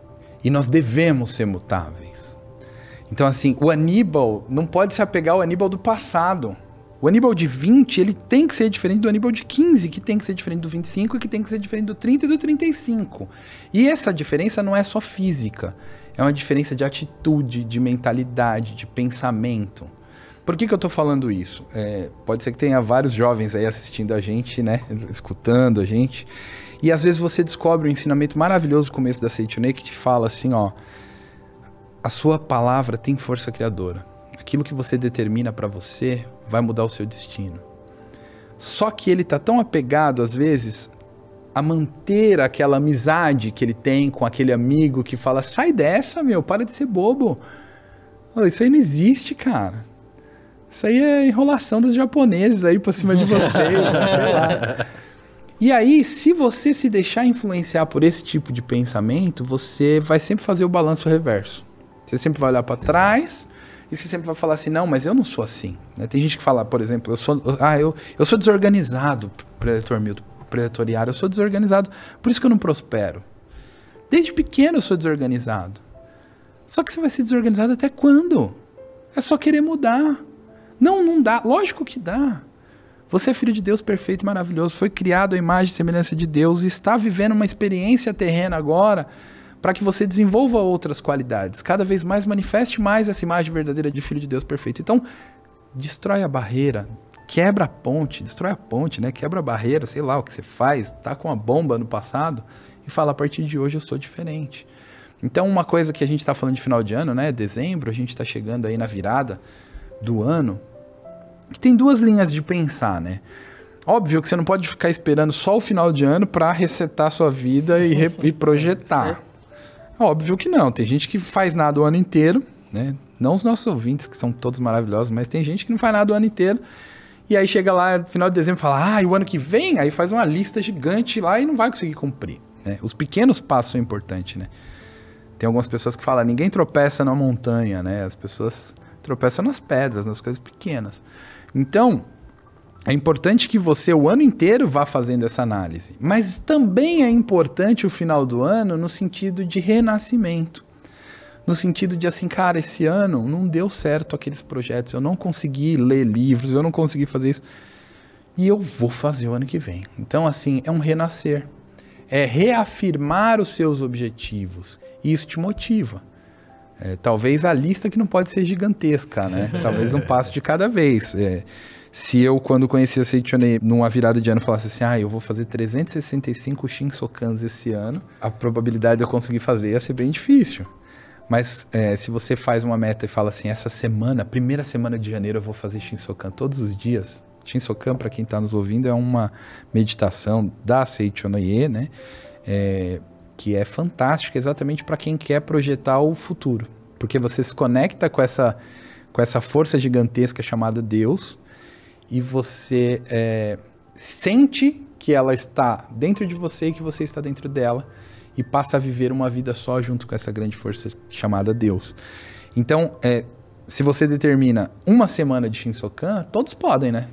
E nós devemos ser mutáveis. Então, assim, o Aníbal não pode se apegar ao Aníbal do passado. O Aníbal de vinte, ele tem que ser diferente do Aníbal de quinze, que tem que ser diferente do vinte e cinco e que tem que ser diferente do trinta e do trinta e cinco. E essa diferença não é só física, é uma diferença de atitude, de mentalidade, de pensamento. Por que que eu tô falando isso? É, pode ser que tenha vários jovens aí assistindo a gente, né, escutando a gente, e às vezes você descobre um ensinamento maravilhoso no começo da Seitonei que te fala assim, ó, a sua palavra tem força criadora. Aquilo que você determina para você vai mudar o seu destino. Só que ele tá tão apegado, às vezes, a manter aquela amizade que ele tem com aquele amigo que fala, sai dessa, meu, para de ser bobo. Oh, isso aí não existe, cara. Isso aí é enrolação dos japoneses aí por cima de você, sei lá. E aí, se você se deixar influenciar por esse tipo de pensamento, você vai sempre fazer o balanço reverso. Você sempre vai olhar para trás e você sempre vai falar assim, não, mas eu não sou assim. Né? Tem gente que fala, por exemplo, eu sou, ah, eu, eu sou desorganizado, preletor Milton, preletoriário, eu sou desorganizado, por isso que eu não prospero. Desde pequeno eu sou desorganizado. Só que você vai ser desorganizado até quando? É só querer mudar. Não, não dá. Lógico que dá. Você é filho de Deus perfeito e maravilhoso, foi criado à imagem e semelhança de Deus e está vivendo uma experiência terrena agora para que você desenvolva outras qualidades. Cada vez mais manifeste mais essa imagem verdadeira de filho de Deus perfeito. Então, destrói a barreira, quebra a ponte, destrói a ponte, né? Quebra a barreira, sei lá o que você faz, tá com uma bomba no passado e fala, a partir de hoje eu sou diferente. Então, uma coisa que a gente está falando de final de ano, né? Dezembro, a gente está chegando aí na virada do ano, que tem duas linhas de pensar, né? Óbvio que você não pode ficar esperando só o final de ano para resetar a sua vida e, re- e projetar. Óbvio que não. Tem gente que faz nada o ano inteiro, né? Não os nossos ouvintes, que são todos maravilhosos, mas tem gente que não faz nada o ano inteiro. E aí chega lá no final de dezembro e fala, ah, e o ano que vem? Aí faz uma lista gigante lá e não vai conseguir cumprir. Né? Os pequenos passos são importantes, né? Tem algumas pessoas que falam, ninguém tropeça na montanha, né? As pessoas tropeçam nas pedras, nas coisas pequenas. Então, é importante que você o ano inteiro vá fazendo essa análise. Mas também é importante o final do ano no sentido de renascimento. No sentido de assim, cara, esse ano não deu certo aqueles projetos, eu não consegui ler livros, eu não consegui fazer isso. E eu vou fazer o ano que vem. Então, assim, é um renascer. É reafirmar os seus objetivos. E isso te motiva. É, talvez a lista que não pode ser gigantesca, né? Talvez um passo de cada vez. É, se eu, quando conheci a Seitonei, numa virada de ano, falasse assim, ah, eu vou fazer trezentos e sessenta e cinco Shinsokans esse ano, a probabilidade de eu conseguir fazer ia ser bem difícil. Mas é, se você faz uma meta e fala assim, essa semana, primeira semana de janeiro eu vou fazer Shinsokan todos os dias. Shinsokan, para quem está nos ouvindo, é uma meditação da Seitonei, né? É, que é fantástica exatamente para quem quer projetar o futuro. Porque você se conecta com essa, com essa força gigantesca chamada Deus e você é, sente que ela está dentro de você e que você está dentro dela e passa a viver uma vida só junto com essa grande força chamada Deus. Então, é, se você determina uma semana de Shinsokan, todos podem, né?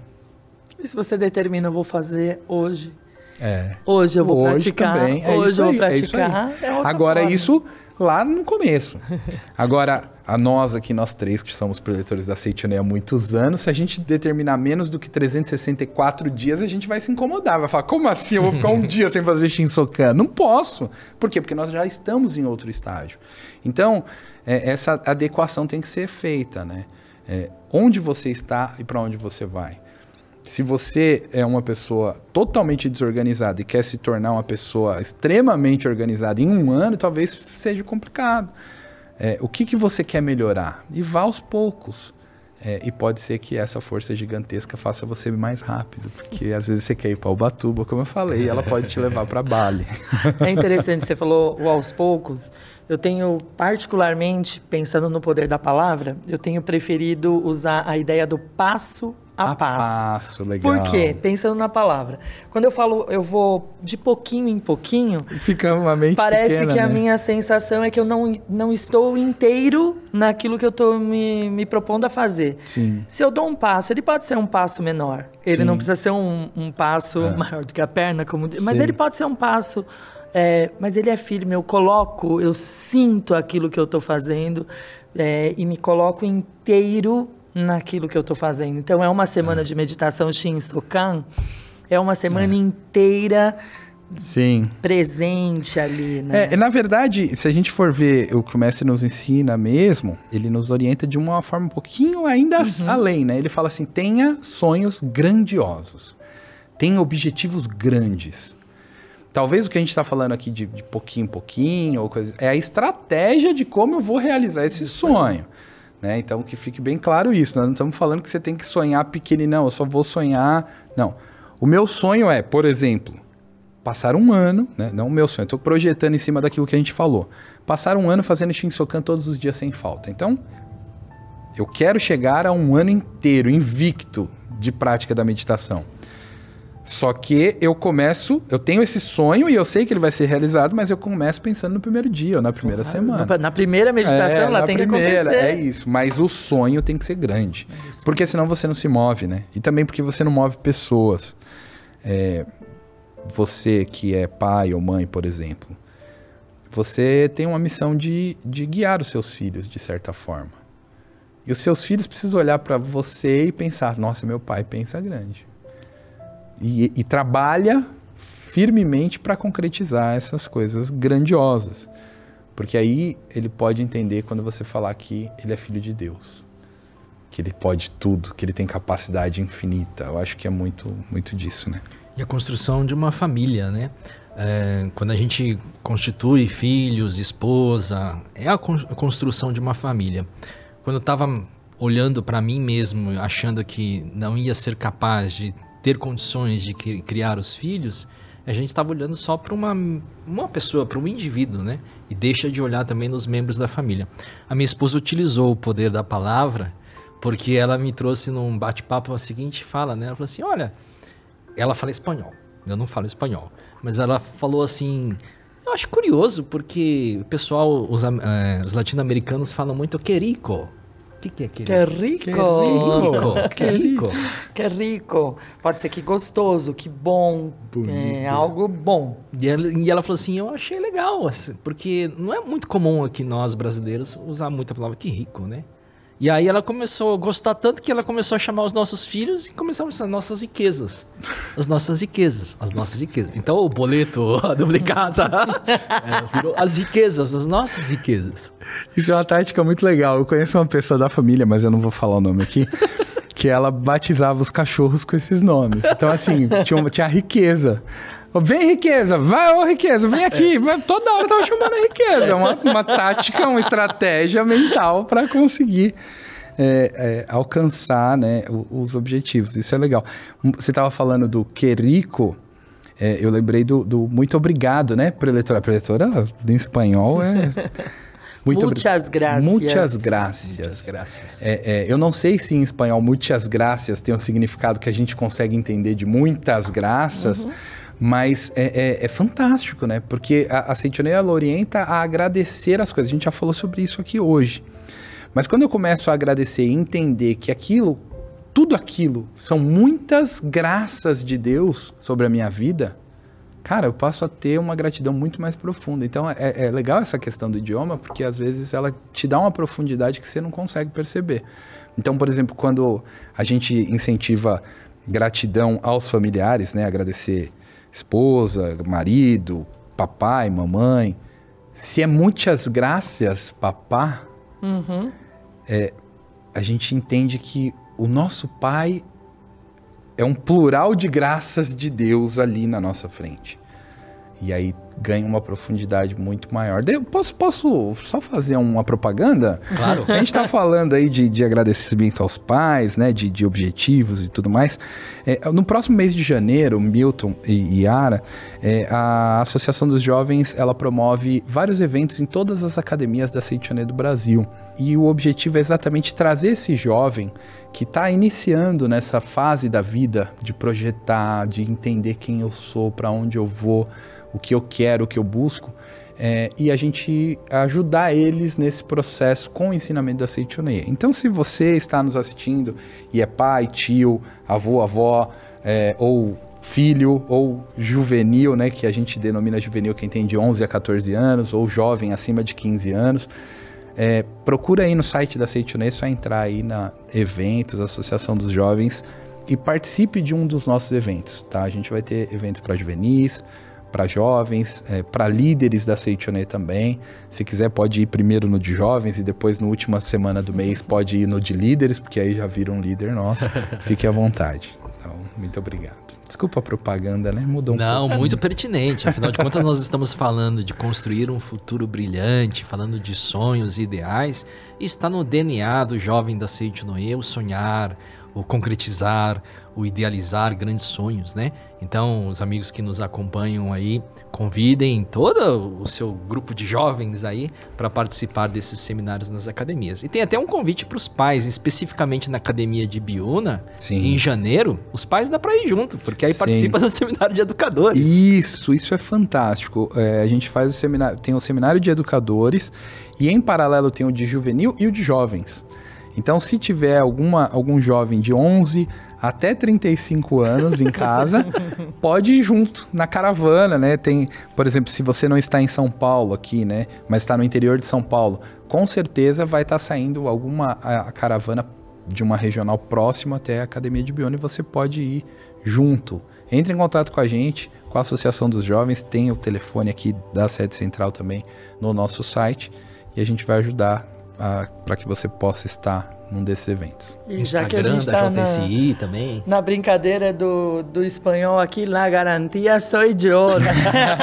E se você determina, eu vou fazer hoje... É. Hoje eu vou Hoje praticar. Também. É Hoje eu vou aí, praticar. É é outra Agora, forma. isso lá no começo. Agora, a nós aqui, nós três, que somos preletores da Seitonei há muitos anos, se a gente determinar menos do que trezentos e sessenta e quatro dias, a gente vai se incomodar. Vai falar, como assim? Eu vou ficar um dia sem fazer Shinsokan? Não posso. Por quê? Porque nós já estamos em outro estágio. Então, é, essa adequação tem que ser feita, né? É, onde você está e para onde você vai. Se você é uma pessoa totalmente desorganizada e quer se tornar uma pessoa extremamente organizada em um ano, talvez seja complicado. É, o que, que você quer melhorar? E vá aos poucos. É, e pode ser que essa força gigantesca faça você ir mais rápido, porque às vezes você quer ir para Ubatuba, como eu falei, e ela pode te levar para Bali. É interessante, você falou o aos poucos. Eu tenho, particularmente, pensando no poder da palavra, eu tenho preferido usar a ideia do passo a, a passo. passo, legal. Por quê? Pensando na palavra. Quando eu falo, eu vou de pouquinho em pouquinho, fica uma mente parece pequena, que a né? minha sensação é que eu não, não estou inteiro naquilo que eu estou me, me propondo a fazer. Sim. Se eu dou um passo, ele pode ser um passo menor. Ele Sim. não precisa ser um, um passo É. maior do que a perna, como, mas Sim. ele pode ser um passo É, mas ele é firme, eu coloco, eu sinto aquilo que eu estou fazendo é, e me coloco inteiro naquilo que eu estou fazendo. Então, é uma semana é. de meditação Shinsokan, é uma semana é. inteira Sim. presente ali, né? É, na verdade, se a gente for ver o que o mestre nos ensina mesmo, ele nos orienta de uma forma um pouquinho ainda uhum. além, né? Ele fala assim, tenha sonhos grandiosos, tenha objetivos grandes. Talvez o que a gente está falando aqui de, de pouquinho em pouquinho, ou coisa, é a estratégia de como eu vou realizar esse sonho. Né? Então, que fique bem claro isso. Nós não estamos falando que você tem que sonhar pequeninho, eu só vou sonhar... Não. O meu sonho é, por exemplo, passar um ano, né? Não o meu sonho, estou projetando em cima daquilo que a gente falou. Passar um ano fazendo Shinsokan todos os dias sem falta. Então, eu quero chegar a um ano inteiro, invicto, de prática da meditação. Só que eu começo, eu tenho esse sonho e eu sei que ele vai ser realizado, mas eu começo pensando no primeiro dia ou na primeira claro, semana. Na primeira meditação, é, ela tem primeira, que acontecer. É isso, mas o sonho tem que ser grande. É porque senão você não se move, né? E também porque você não move pessoas. É, você que é pai ou mãe, por exemplo, você tem uma missão de, de guiar os seus filhos, de certa forma. E os seus filhos precisam olhar para você e pensar, nossa, meu pai pensa grande. E, e trabalha firmemente para concretizar essas coisas grandiosas. Porque aí ele pode entender quando você falar que ele é filho de Deus. Que ele pode tudo, que ele tem capacidade infinita. Eu acho que é muito, muito disso, né? E a construção de uma família, né? É, quando a gente constitui filhos, esposa, é a construção de uma família. Quando eu estava olhando para mim mesmo, achando que não ia ser capaz de ter condições de criar os filhos, a gente estava olhando só para uma, uma pessoa, para um indivíduo, né? E deixa de olhar também nos membros da família. A minha esposa utilizou o poder da palavra, porque ela me trouxe num bate-papo a seguinte fala, né? Ela falou assim, olha, ela fala espanhol, eu não falo espanhol, mas ela falou assim, eu acho curioso, porque o pessoal, os, eh, os latino-americanos falam muito que rico. O que, que é que, que rico? Que rico. Que rico. Que rico. Pode ser que gostoso, que bom. Bonito. É algo bom. E ela, e ela falou assim, eu achei legal, porque não é muito comum aqui nós brasileiros usar muito a palavra que rico, né? E aí ela começou a gostar tanto que ela começou a chamar os nossos filhos e começamos as nossas riquezas. As nossas riquezas. As nossas riquezas. Então o boleto, a duplicata, é, virou as riquezas, as nossas riquezas. Isso é uma tática muito legal. Eu conheço uma pessoa da família, mas eu não vou falar o nome aqui, que ela batizava os cachorros com esses nomes. Então assim, tinha, uma, tinha a riqueza. Vem, riqueza, vai, ô riqueza, vem aqui. Vai, toda hora eu tava chamando a riqueza. É uma, uma tática, uma estratégia mental para conseguir é, é, alcançar, né, os objetivos. Isso é legal. Você estava falando do que rico, é, eu lembrei do, do muito obrigado, né, preletora. Preletora em espanhol é... Muito muitas graças. Muitas graças. Muitas graças. É, é, eu não sei se em espanhol muitas graças tem um significado que a gente consegue entender de muitas graças, uhum. Mas é, é, é fantástico, né? Porque a, a Seitonei, ela orienta a agradecer as coisas. A gente já falou sobre isso aqui hoje. Mas quando eu começo a agradecer e entender que aquilo, tudo aquilo, são muitas graças de Deus sobre a minha vida, cara, eu passo a ter uma gratidão muito mais profunda. Então é, é legal essa questão do idioma, porque às vezes ela te dá uma profundidade que você não consegue perceber. Então, por exemplo, quando a gente incentiva gratidão aos familiares, né? Agradecer esposa, marido, papai, mamãe. Se é muitas graças, papá, uhum. é, a gente entende que o nosso pai é um plural de graças de Deus ali na nossa frente. E aí ganha uma profundidade muito maior. Posso, posso só fazer uma propaganda? Claro. A gente está falando aí de, de agradecimento aos pais, né, de, de objetivos e tudo mais. É, no próximo mês de janeiro, Milton e Yara, é, a Associação dos Jovens, ela promove vários eventos em todas as academias da Seitonei do Brasil. E o objetivo é exatamente trazer esse jovem que está iniciando nessa fase da vida, de projetar, de entender quem eu sou, para onde eu vou, o que eu quero, o que eu busco, é, e a gente ajudar eles nesse processo com o ensinamento da Seitonei. Então, se você está nos assistindo e é pai, tio, avô, avó, é, ou filho ou juvenil, né, que a gente denomina juvenil quem tem de onze a quatorze anos, ou jovem acima de quinze anos, é, procura aí no site da Seitonê, é só entrar aí na eventos, Associação dos Jovens, e participe de um dos nossos eventos, tá? A gente vai ter eventos para juvenis, para jovens, é, para líderes da Seitonê também. Se quiser pode ir primeiro no de jovens e depois na última semana do mês pode ir no de líderes, porque aí já vira um líder nosso. Fique à vontade. Então, muito obrigado. Desculpa a propaganda, né? Mudou um Não, pouco. Não, muito pertinente. Afinal de contas, nós estamos falando de construir um futuro brilhante, falando de sonhos e ideais. E está no D N A do jovem da Seitonê o sonhar, o concretizar, o idealizar grandes sonhos, né? Então, os amigos que nos acompanham aí, convidem todo o seu grupo de jovens aí para participar desses seminários nas academias. E tem até um convite para os pais, especificamente na Academia de Biúna, Sim. em janeiro. Os pais dá para ir junto, porque aí Sim. participa do seminário de educadores. Isso, isso é fantástico. É, a gente faz o seminário, tem o seminário de educadores e em paralelo tem o de juvenil e o de jovens. Então, se tiver alguma, algum jovem de onze até trinta e cinco anos em casa, pode ir junto na caravana, né? Tem, por exemplo, se você não está em São Paulo aqui, né? Mas está no interior de São Paulo, com certeza vai estar saindo alguma a, a caravana de uma regional próxima até a Academia de Biúna e você pode ir junto. Entre em contato com a gente, com a Associação dos Jovens, tem o telefone aqui da sede central também no nosso site e a gente vai ajudar para que você possa estar num desses eventos. E Instagram, já que a gente tá da J S I na, também. Na brincadeira do, do espanhol aqui, la garantia soy yo. Né?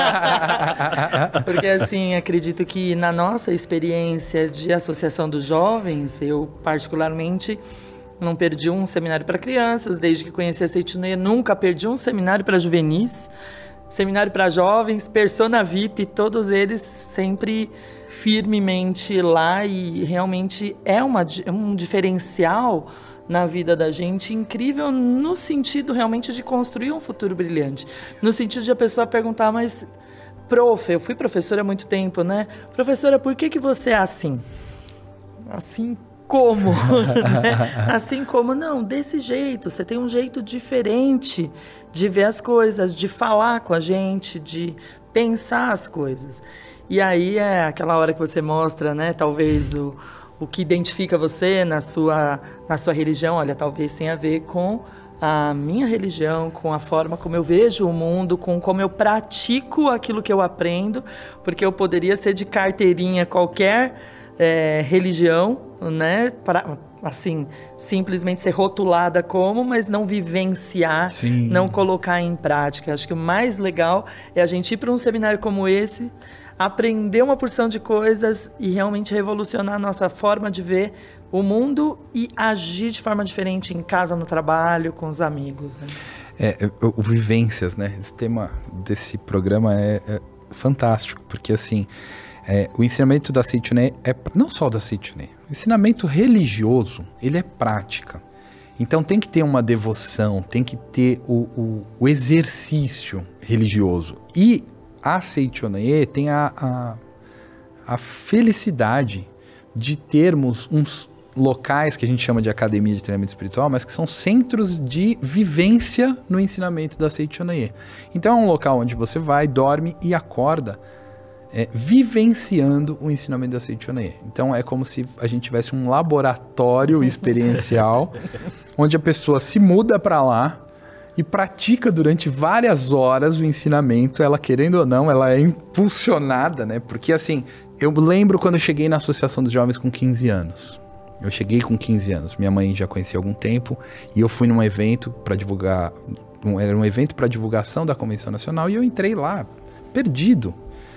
Porque assim, acredito que na nossa experiência de Associação dos Jovens, eu particularmente não perdi um seminário para crianças, desde que conheci a Seitonê, nunca perdi um seminário para juvenis, seminário para jovens, Persona V I P, todos eles sempre firmemente lá e realmente é uma, um diferencial na vida da gente incrível no sentido realmente de construir um futuro brilhante. No sentido de a pessoa perguntar, mas prof, eu fui professora há muito tempo, né? Professora, por que que você é assim? Assim como? né? Assim como? Não, desse jeito. Você tem um jeito diferente de ver as coisas, de falar com a gente, de pensar as coisas. E aí é aquela hora que você mostra, né, talvez o, o que identifica você na sua, na sua religião, olha, talvez tenha a ver com a minha religião, com a forma como eu vejo o mundo, com como eu pratico aquilo que eu aprendo, porque eu poderia ser de carteirinha qualquer é, religião, né, pra, assim, simplesmente ser rotulada como, mas não vivenciar, Sim. não colocar em prática. Acho que o mais legal é a gente ir para um seminário como esse, aprender uma porção de coisas e realmente revolucionar a nossa forma de ver o mundo e agir de forma diferente em casa, no trabalho, com os amigos. Né? É, o, o Vivências, né? Esse tema desse programa é, é fantástico, porque assim, é, o ensinamento da Seitonê é não só da Seitonê, o ensinamento religioso, ele é prática. Então tem que ter uma devoção, tem que ter o, o, o exercício religioso. E a Seitonê tem a, a, a felicidade de termos uns locais que a gente chama de academia de treinamento espiritual, mas que são centros de vivência no ensinamento da Seitonê. Então é um local onde você vai, dorme e acorda é, vivenciando o ensinamento da Seitonê. Então é como se a gente tivesse um laboratório experiencial onde a pessoa se muda para lá e pratica durante várias horas o ensinamento, ela querendo ou não, ela é impulsionada, né? Porque assim, eu lembro quando eu cheguei na Associação dos Jovens com quinze anos. Eu cheguei com quinze anos, minha mãe já conhecia há algum tempo, e eu fui num evento para divulgar, um, era um evento para divulgação da Convenção Nacional, e eu entrei lá, perdido.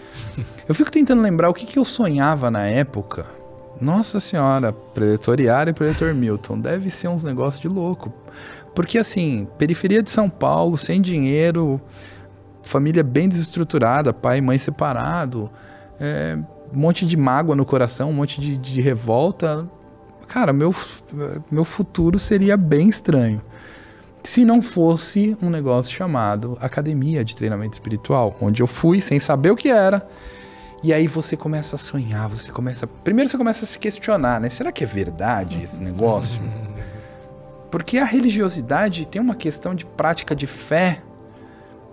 Eu fico tentando lembrar o que, que eu sonhava na época. Nossa Senhora, Preletor Iara e Preletor Milton, deve ser uns negócios de louco. Porque assim, periferia de São Paulo, sem dinheiro, família bem desestruturada, pai e mãe separado, é, um monte de mágoa no coração, um monte de, de revolta. Cara, meu, meu futuro seria bem estranho se não fosse um negócio chamado Academia de Treinamento Espiritual, onde eu fui sem saber o que era. E aí você começa a sonhar, você começa... Primeiro você começa a se questionar, né? Será que é verdade esse negócio? Porque a religiosidade tem uma questão de prática de fé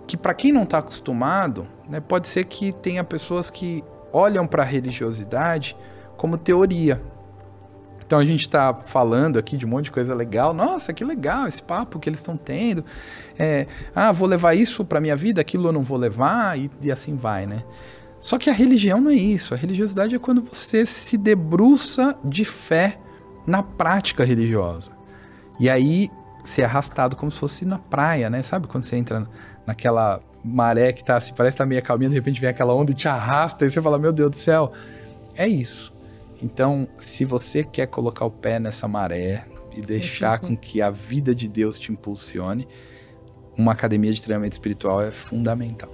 que para quem não está acostumado, né, pode ser que tenha pessoas que olham para a religiosidade como teoria. Então a gente está falando aqui de um monte de coisa legal. Nossa, que legal esse papo que eles estão tendo. É, ah, vou levar isso para minha vida, aquilo eu não vou levar, e, e assim vai, né? Só que a religião não é isso. A religiosidade é quando você se debruça de fé na prática religiosa. E aí ser arrastado como se fosse na praia, né? Sabe quando você entra naquela maré que tá assim, parece que tá meio calminha, de repente vem aquela onda e te arrasta, e você fala, meu Deus do céu. É isso. Então, se você quer colocar o pé nessa maré e deixar com que a vida de Deus te impulsione, uma academia de treinamento espiritual é fundamental.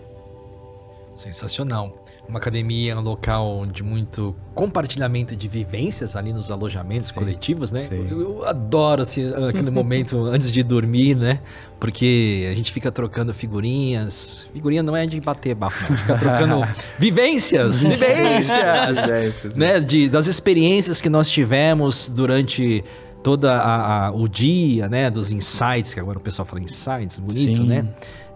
Sensacional. Uma academia é um local de muito compartilhamento de vivências ali nos alojamentos sim, coletivos, né? Eu, eu adoro assim, aquele momento antes de dormir, né? Porque a gente fica trocando figurinhas. Figurinha não é de bater bafo, não. A gente fica trocando vivências, vivências, vivências né? De, das experiências que nós tivemos durante todo o dia, né? Dos insights, que agora o pessoal fala insights, bonito, sim, né?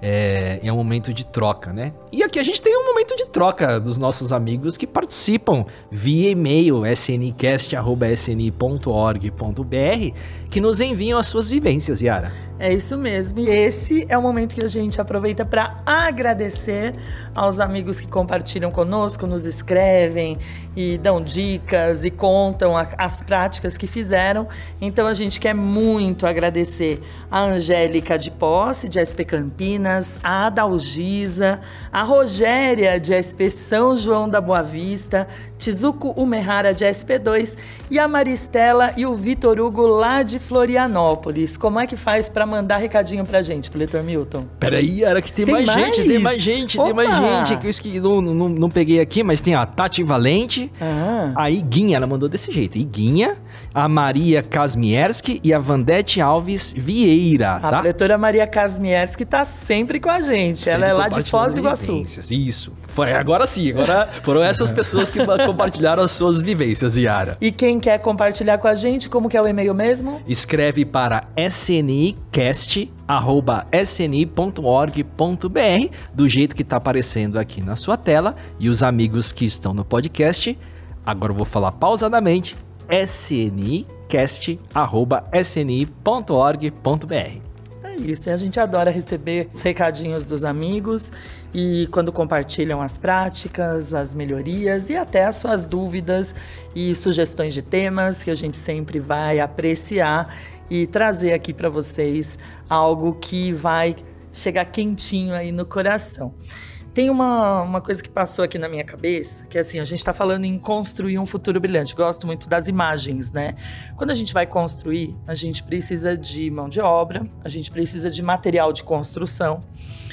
É, é um momento de troca, né? E aqui a gente tem um momento de troca dos nossos amigos que participam via e-mail s n cast arroba s n i ponto org ponto b r, que nos enviam as suas vivências, Yara. É isso mesmo. E esse é o momento que a gente aproveita para agradecer aos amigos que compartilham conosco, nos escrevem e dão dicas e contam a, as práticas que fizeram. Então a gente quer muito agradecer a Angélica de Posse, de S P Campinas, a Adalgisa, a Rogéria de S P São João da Boa Vista, Tizuko Umehara de S P dois e a Maristela e o Vitor Hugo lá de Florianópolis. Como é que faz para mandar recadinho pra gente, Pletor Milton? Peraí, Yara, que tem, tem mais, mais gente, tem mais gente, Opa! tem mais gente. Que eu esque... não, não, não peguei aqui, mas tem a Tati Valente, ah. a Iguinha, ela mandou desse jeito, Iguinha, a Maria Kazmierski e a Vandete Alves Vieira. A tá? Pletora Maria Kazmierski tá sempre com a gente, sempre ela é lá de Foz do Iguaçu. Isso, Foi, agora sim, agora foram essas pessoas que compartilharam as suas vivências, Yara. E quem quer compartilhar com a gente, como que é o e-mail mesmo? Escreve para s n i cast arroba s n i ponto org ponto b r, do jeito que está aparecendo aqui na sua tela, e os amigos que estão no podcast, agora eu vou falar pausadamente, s n i cast arroba s n i ponto org ponto b r. É isso, e a gente adora receber os recadinhos dos amigos e quando compartilham as práticas, as melhorias e até as suas dúvidas e sugestões de temas que a gente sempre vai apreciar e trazer aqui para vocês algo que vai chegar quentinho aí no coração. Tem uma, uma coisa que passou aqui na minha cabeça, que é assim, a gente está falando em construir um futuro brilhante. Gosto muito das imagens, né? Quando a gente vai construir, a gente precisa de mão de obra, a gente precisa de material de construção.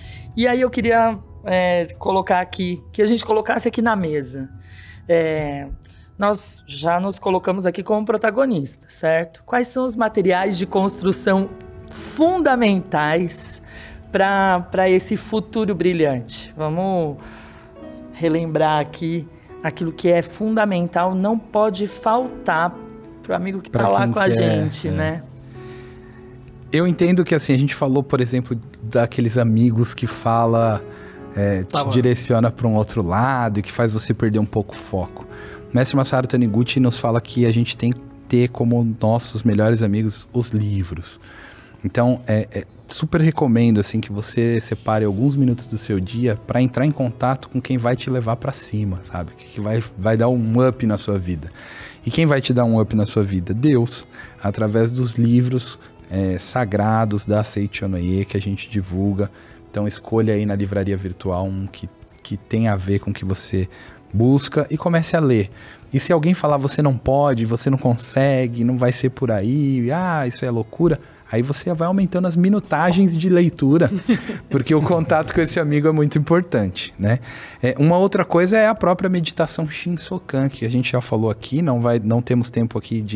E aí eu queria é, colocar aqui, que a gente colocasse aqui na mesa. É, nós já nos colocamos aqui como protagonistas, certo? Quais são os materiais de construção fundamentais para esse futuro brilhante? Vamos relembrar aqui aquilo que é fundamental, não pode faltar para o amigo que está lá com a gente, é, né? Eu entendo que assim, a gente falou, por exemplo, daqueles amigos que fala, é, te tá direciona para um outro lado e que faz você perder um pouco o foco. O mestre Masaru Taniguchi nos fala que a gente tem que ter como nossos melhores amigos os livros. Então, é, é super recomendo assim que você separe alguns minutos do seu dia para entrar em contato com quem vai te levar para cima, sabe? Que vai, vai dar um up na sua vida. E quem vai te dar um up na sua vida? Deus, através dos livros é, sagrados da Seiichi Onoye que a gente divulga. Então escolha aí na livraria virtual um que, que tem a ver com o que você busca e comece a ler. E se alguém falar você não pode, você não consegue, não vai ser por aí, ah, isso é loucura, aí você vai aumentando as minutagens de leitura, porque o contato com esse amigo é muito importante, né? É, uma outra coisa é a própria meditação Shinsokan, que a gente já falou aqui, não, vai, não temos tempo aqui de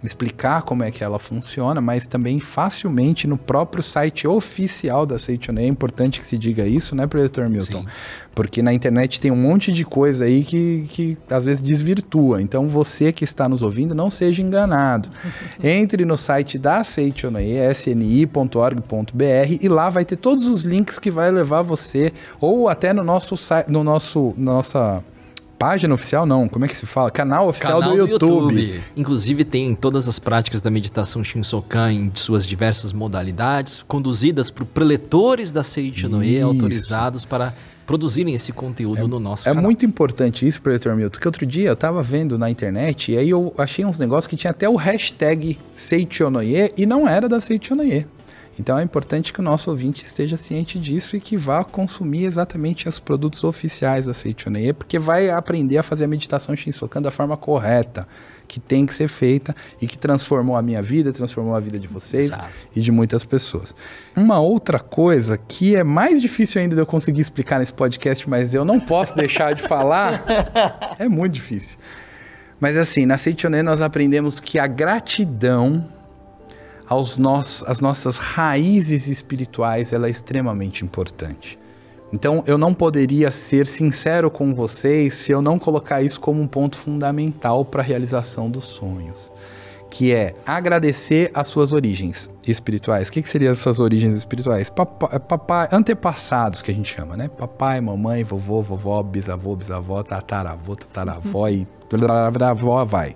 explicar como é que ela funciona, mas também facilmente no próprio site oficial da Seichonoye. É importante que se diga isso, né, Preletor Milton? Sim. Porque na internet tem um monte de coisa aí que, que às vezes desvirtua. Então você que está nos ouvindo, não seja enganado. Entre no site da Seichonoye, s n i ponto org ponto b r, e lá vai ter todos os links que vai levar você, ou até no nosso site, no nosso, nossa... página oficial não, como é que se fala? Canal oficial Canal do, do YouTube. YouTube. Inclusive tem todas as práticas da meditação Shinsokan em suas diversas modalidades, conduzidas por preletores da Seichonoye, autorizados para produzirem esse conteúdo é, no nosso é canal. É muito importante isso, Preletor Milton, que outro dia eu tava vendo na internet e aí eu achei uns negócios que tinha até o hashtag Seichonoye e não era da Seichonoye. Então é importante que o nosso ouvinte esteja ciente disso e que vá consumir exatamente os produtos oficiais da Seichonoye, porque vai aprender a fazer a meditação Shinsokan da forma correta, que tem que ser feita e que transformou a minha vida, transformou a vida de vocês. Exato. E de muitas pessoas. Uma outra coisa que é mais difícil ainda de eu conseguir explicar nesse podcast, mas eu não posso deixar de falar, é muito difícil. Mas assim, na Seichonoye nós aprendemos que a gratidão aos nossos, as nossas raízes espirituais, ela é extremamente importante. Então, eu não poderia ser sincero com vocês se eu não colocar isso como um ponto fundamental para a realização dos sonhos, que é agradecer as suas origens espirituais. O que, que seriam essas origens espirituais? Papai, papai, antepassados, que a gente chama, né? Papai, mamãe, vovô, vovó, bisavô, bisavó, tataravô, tataravó e avó vai.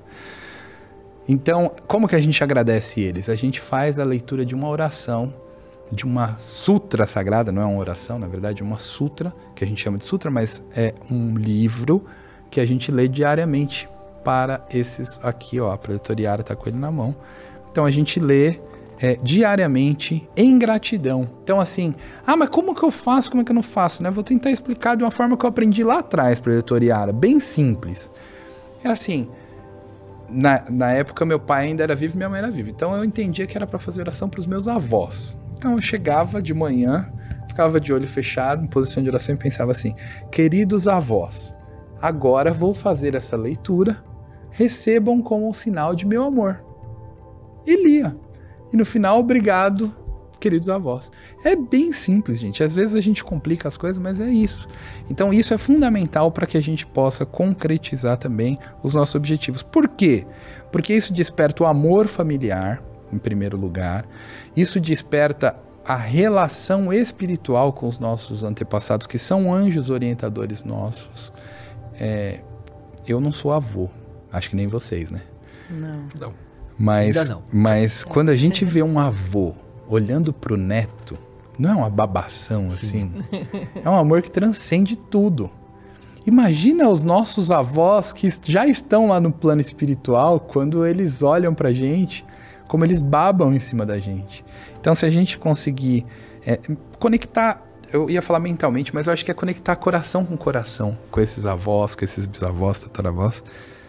Então, como que a gente agradece eles? A gente faz a leitura de uma oração, de uma sutra sagrada, não é uma oração, na verdade é uma sutra, que a gente chama de sutra, mas é um livro que a gente lê diariamente para esses aqui, ó, a Preletor Yara está com ele na mão. Então a gente lê é, diariamente em gratidão. Então assim, ah, mas como que eu faço, como é que eu não faço? Né? Vou tentar explicar de uma forma que eu aprendi lá atrás, Preletor Yara, bem simples. É assim... Na, na época, meu pai ainda era vivo e minha mãe era viva. Então, eu entendia que era para fazer oração para os meus avós. Então, eu chegava de manhã, ficava de olho fechado, em posição de oração, e pensava assim: queridos avós, agora vou fazer essa leitura, recebam como um sinal de meu amor. E lia. E no final, obrigado, queridos avós. É bem simples, gente. Às vezes a gente complica as coisas, mas é isso. Então isso é fundamental para que a gente possa concretizar também os nossos objetivos. Por quê? Porque isso desperta o amor familiar, em primeiro lugar. Isso desperta a relação espiritual com os nossos antepassados, que são anjos orientadores nossos. É, eu não sou avô, acho que nem vocês, né? Não. Não. Mas, Ainda não. mas quando a gente vê um avô olhando pro neto, não é uma babação assim? É um amor que transcende tudo. Imagina os nossos avós que já estão lá no plano espiritual, quando eles olham pra gente, como eles babam em cima da gente. Então, se a gente conseguir é, conectar, eu ia falar mentalmente, mas eu acho que é conectar coração com coração, com esses avós, com esses bisavós, tataravós,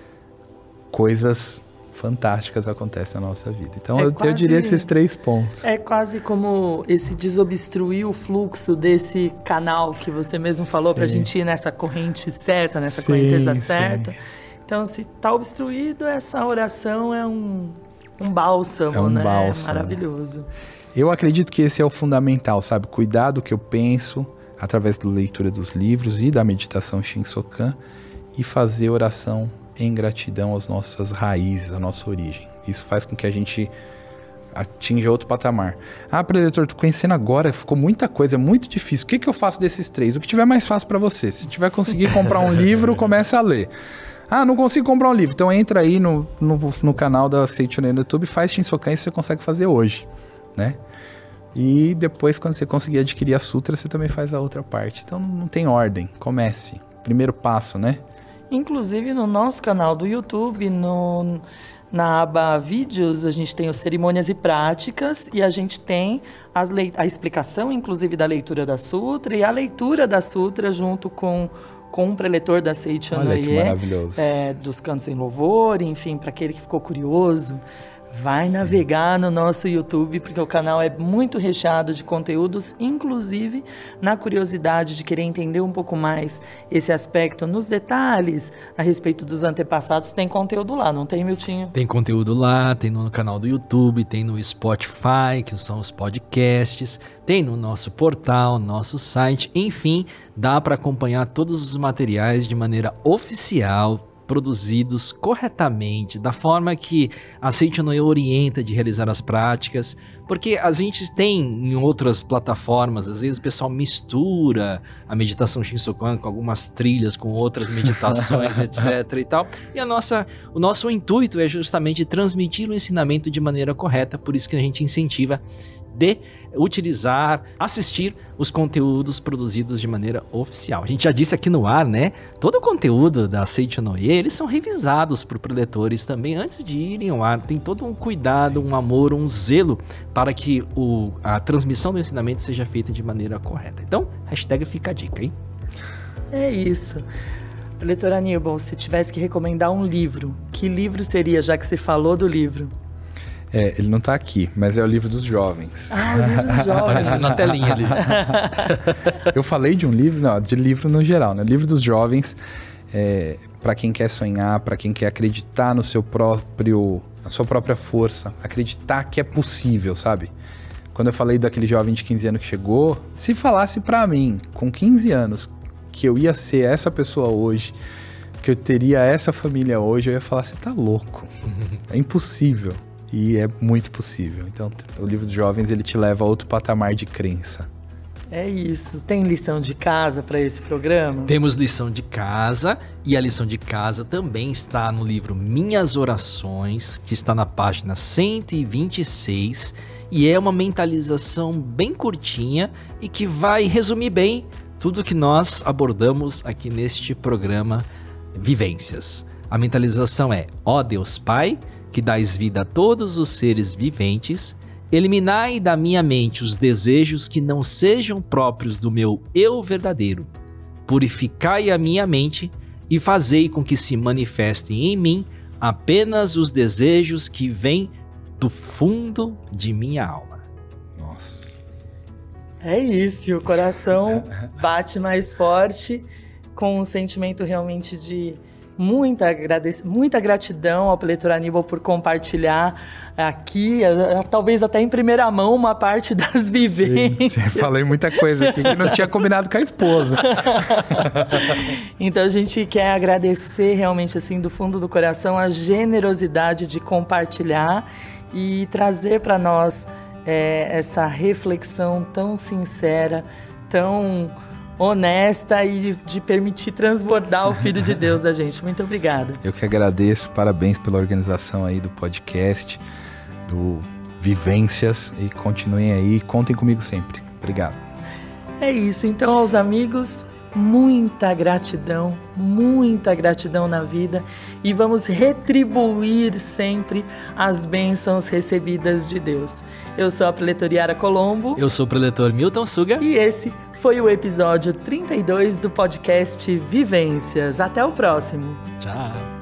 coisas fantásticas acontecem na nossa vida. Então, é eu, quase, eu diria esses três pontos. É quase como esse desobstruir o fluxo desse canal que você mesmo falou, para a gente ir nessa corrente certa, nessa sim, correnteza sim. certa. Então, se está obstruído, essa oração é um, um bálsamo, é um né? bálsamo. Maravilhoso. Eu acredito que esse é o fundamental, sabe? Cuidar do que eu penso através da leitura dos livros e da meditação Shinsokan e fazer oração em gratidão às nossas raízes, à nossa origem. Isso faz com que a gente atinja outro patamar. Ah, Preletor, tô conhecendo agora, ficou muita coisa, é muito difícil. O que, que eu faço desses três? O que tiver mais fácil para você. Se tiver conseguir comprar um livro, começa a ler. Ah, não consigo comprar um livro. Então entra aí no, no, no canal da Seichonoye no YouTube, faz Shinsokan e você consegue fazer hoje, né? E depois, quando você conseguir adquirir a sutra, você também faz a outra parte. Então não tem ordem, comece. Primeiro passo, né? Inclusive no nosso canal do YouTube, no, na aba Vídeos, a gente tem os Cerimônias e Práticas e a gente tem as le- a explicação, inclusive, da leitura da Sutra e a leitura da Sutra junto com, com um preletor da Seichonoye. Olha que maravilhoso. É, dos cantos em louvor, enfim, para aquele que ficou curioso. vai navegar no nosso YouTube, porque o canal é muito recheado de conteúdos, inclusive na curiosidade de querer entender um pouco mais esse aspecto nos detalhes a respeito dos antepassados. Tem conteúdo lá, não tem, Miltinho? Tem conteúdo lá, tem no canal do YouTube, tem no Spotify, que são os podcasts, tem no nosso portal, nosso site, enfim, dá para acompanhar todos os materiais de maneira oficial, produzidos corretamente, da forma que a Seichonoye orienta de realizar as práticas, porque a gente tem em outras plataformas, às vezes o pessoal mistura a meditação Shinsokan com algumas trilhas, com outras meditações, etc e tal, e a nossa, o nosso intuito é justamente transmitir o ensinamento de maneira correta, por isso que a gente incentiva de utilizar, assistir os conteúdos produzidos de maneira oficial. A gente já disse aqui no ar, né? Todo o conteúdo da Seichonoye, eles são revisados por preletores também antes de irem ao ar. Tem todo um cuidado, Sim. um amor, um zelo para que o, a transmissão do ensinamento seja feita de maneira correta. Então, hashtag fica a dica, hein? É isso. Preletor Aníbal, se tivesse que recomendar um livro, que livro seria, já que você falou do livro? É, ele não tá aqui, mas é o livro dos jovens. Ah, o livro dos jovens. Aparece na telinha ali. Eu falei de um livro, não, de livro no geral, né? O livro dos jovens, é, para quem quer sonhar, para quem quer acreditar no seu próprio, na sua própria força, acreditar que é possível, sabe? Quando eu falei daquele jovem de quinze anos que chegou, se falasse pra mim, com quinze anos, que eu ia ser essa pessoa hoje, que eu teria essa família hoje, eu ia falar, você tá louco. É impossível. E é muito possível. Então, o livro dos jovens, ele te leva a outro patamar de crença. É isso. Tem lição de casa para esse programa? Temos lição de casa, e a lição de casa também está no livro Minhas Orações, que está na página cento e vinte e seis, e é uma mentalização bem curtinha e que vai resumir bem tudo que nós abordamos aqui neste programa Vivências. A mentalização é: ó Deus Pai, que dás vida a todos os seres viventes, eliminai da minha mente os desejos que não sejam próprios do meu eu verdadeiro. Purificai a minha mente e fazei com que se manifestem em mim apenas os desejos que vêm do fundo de minha alma. Nossa. É isso, o coração bate mais forte com um sentimento realmente de Muita, agradec... Muita gratidão ao Preletor Aníbal por compartilhar aqui, talvez até em primeira mão, uma parte das vivências. Sim, sim. Falei muita coisa aqui que não tinha combinado com a esposa. Então a gente quer agradecer realmente assim do fundo do coração a generosidade de compartilhar e trazer para nós é, essa reflexão tão sincera, tão honesta e de, de permitir transbordar o Filho de Deus da gente. Muito obrigada. Eu que agradeço, parabéns pela organização aí do podcast, do Vivências, e continuem aí, contem comigo sempre. Obrigado. É isso, então aos amigos, muita gratidão, muita gratidão na vida, e vamos retribuir sempre as bênçãos recebidas de Deus. Eu sou a Preletor Yara Colombo. Eu sou o Preletor Milton Suga. E esse foi o episódio trinta e dois do podcast Vivências. Até o próximo. Tchau.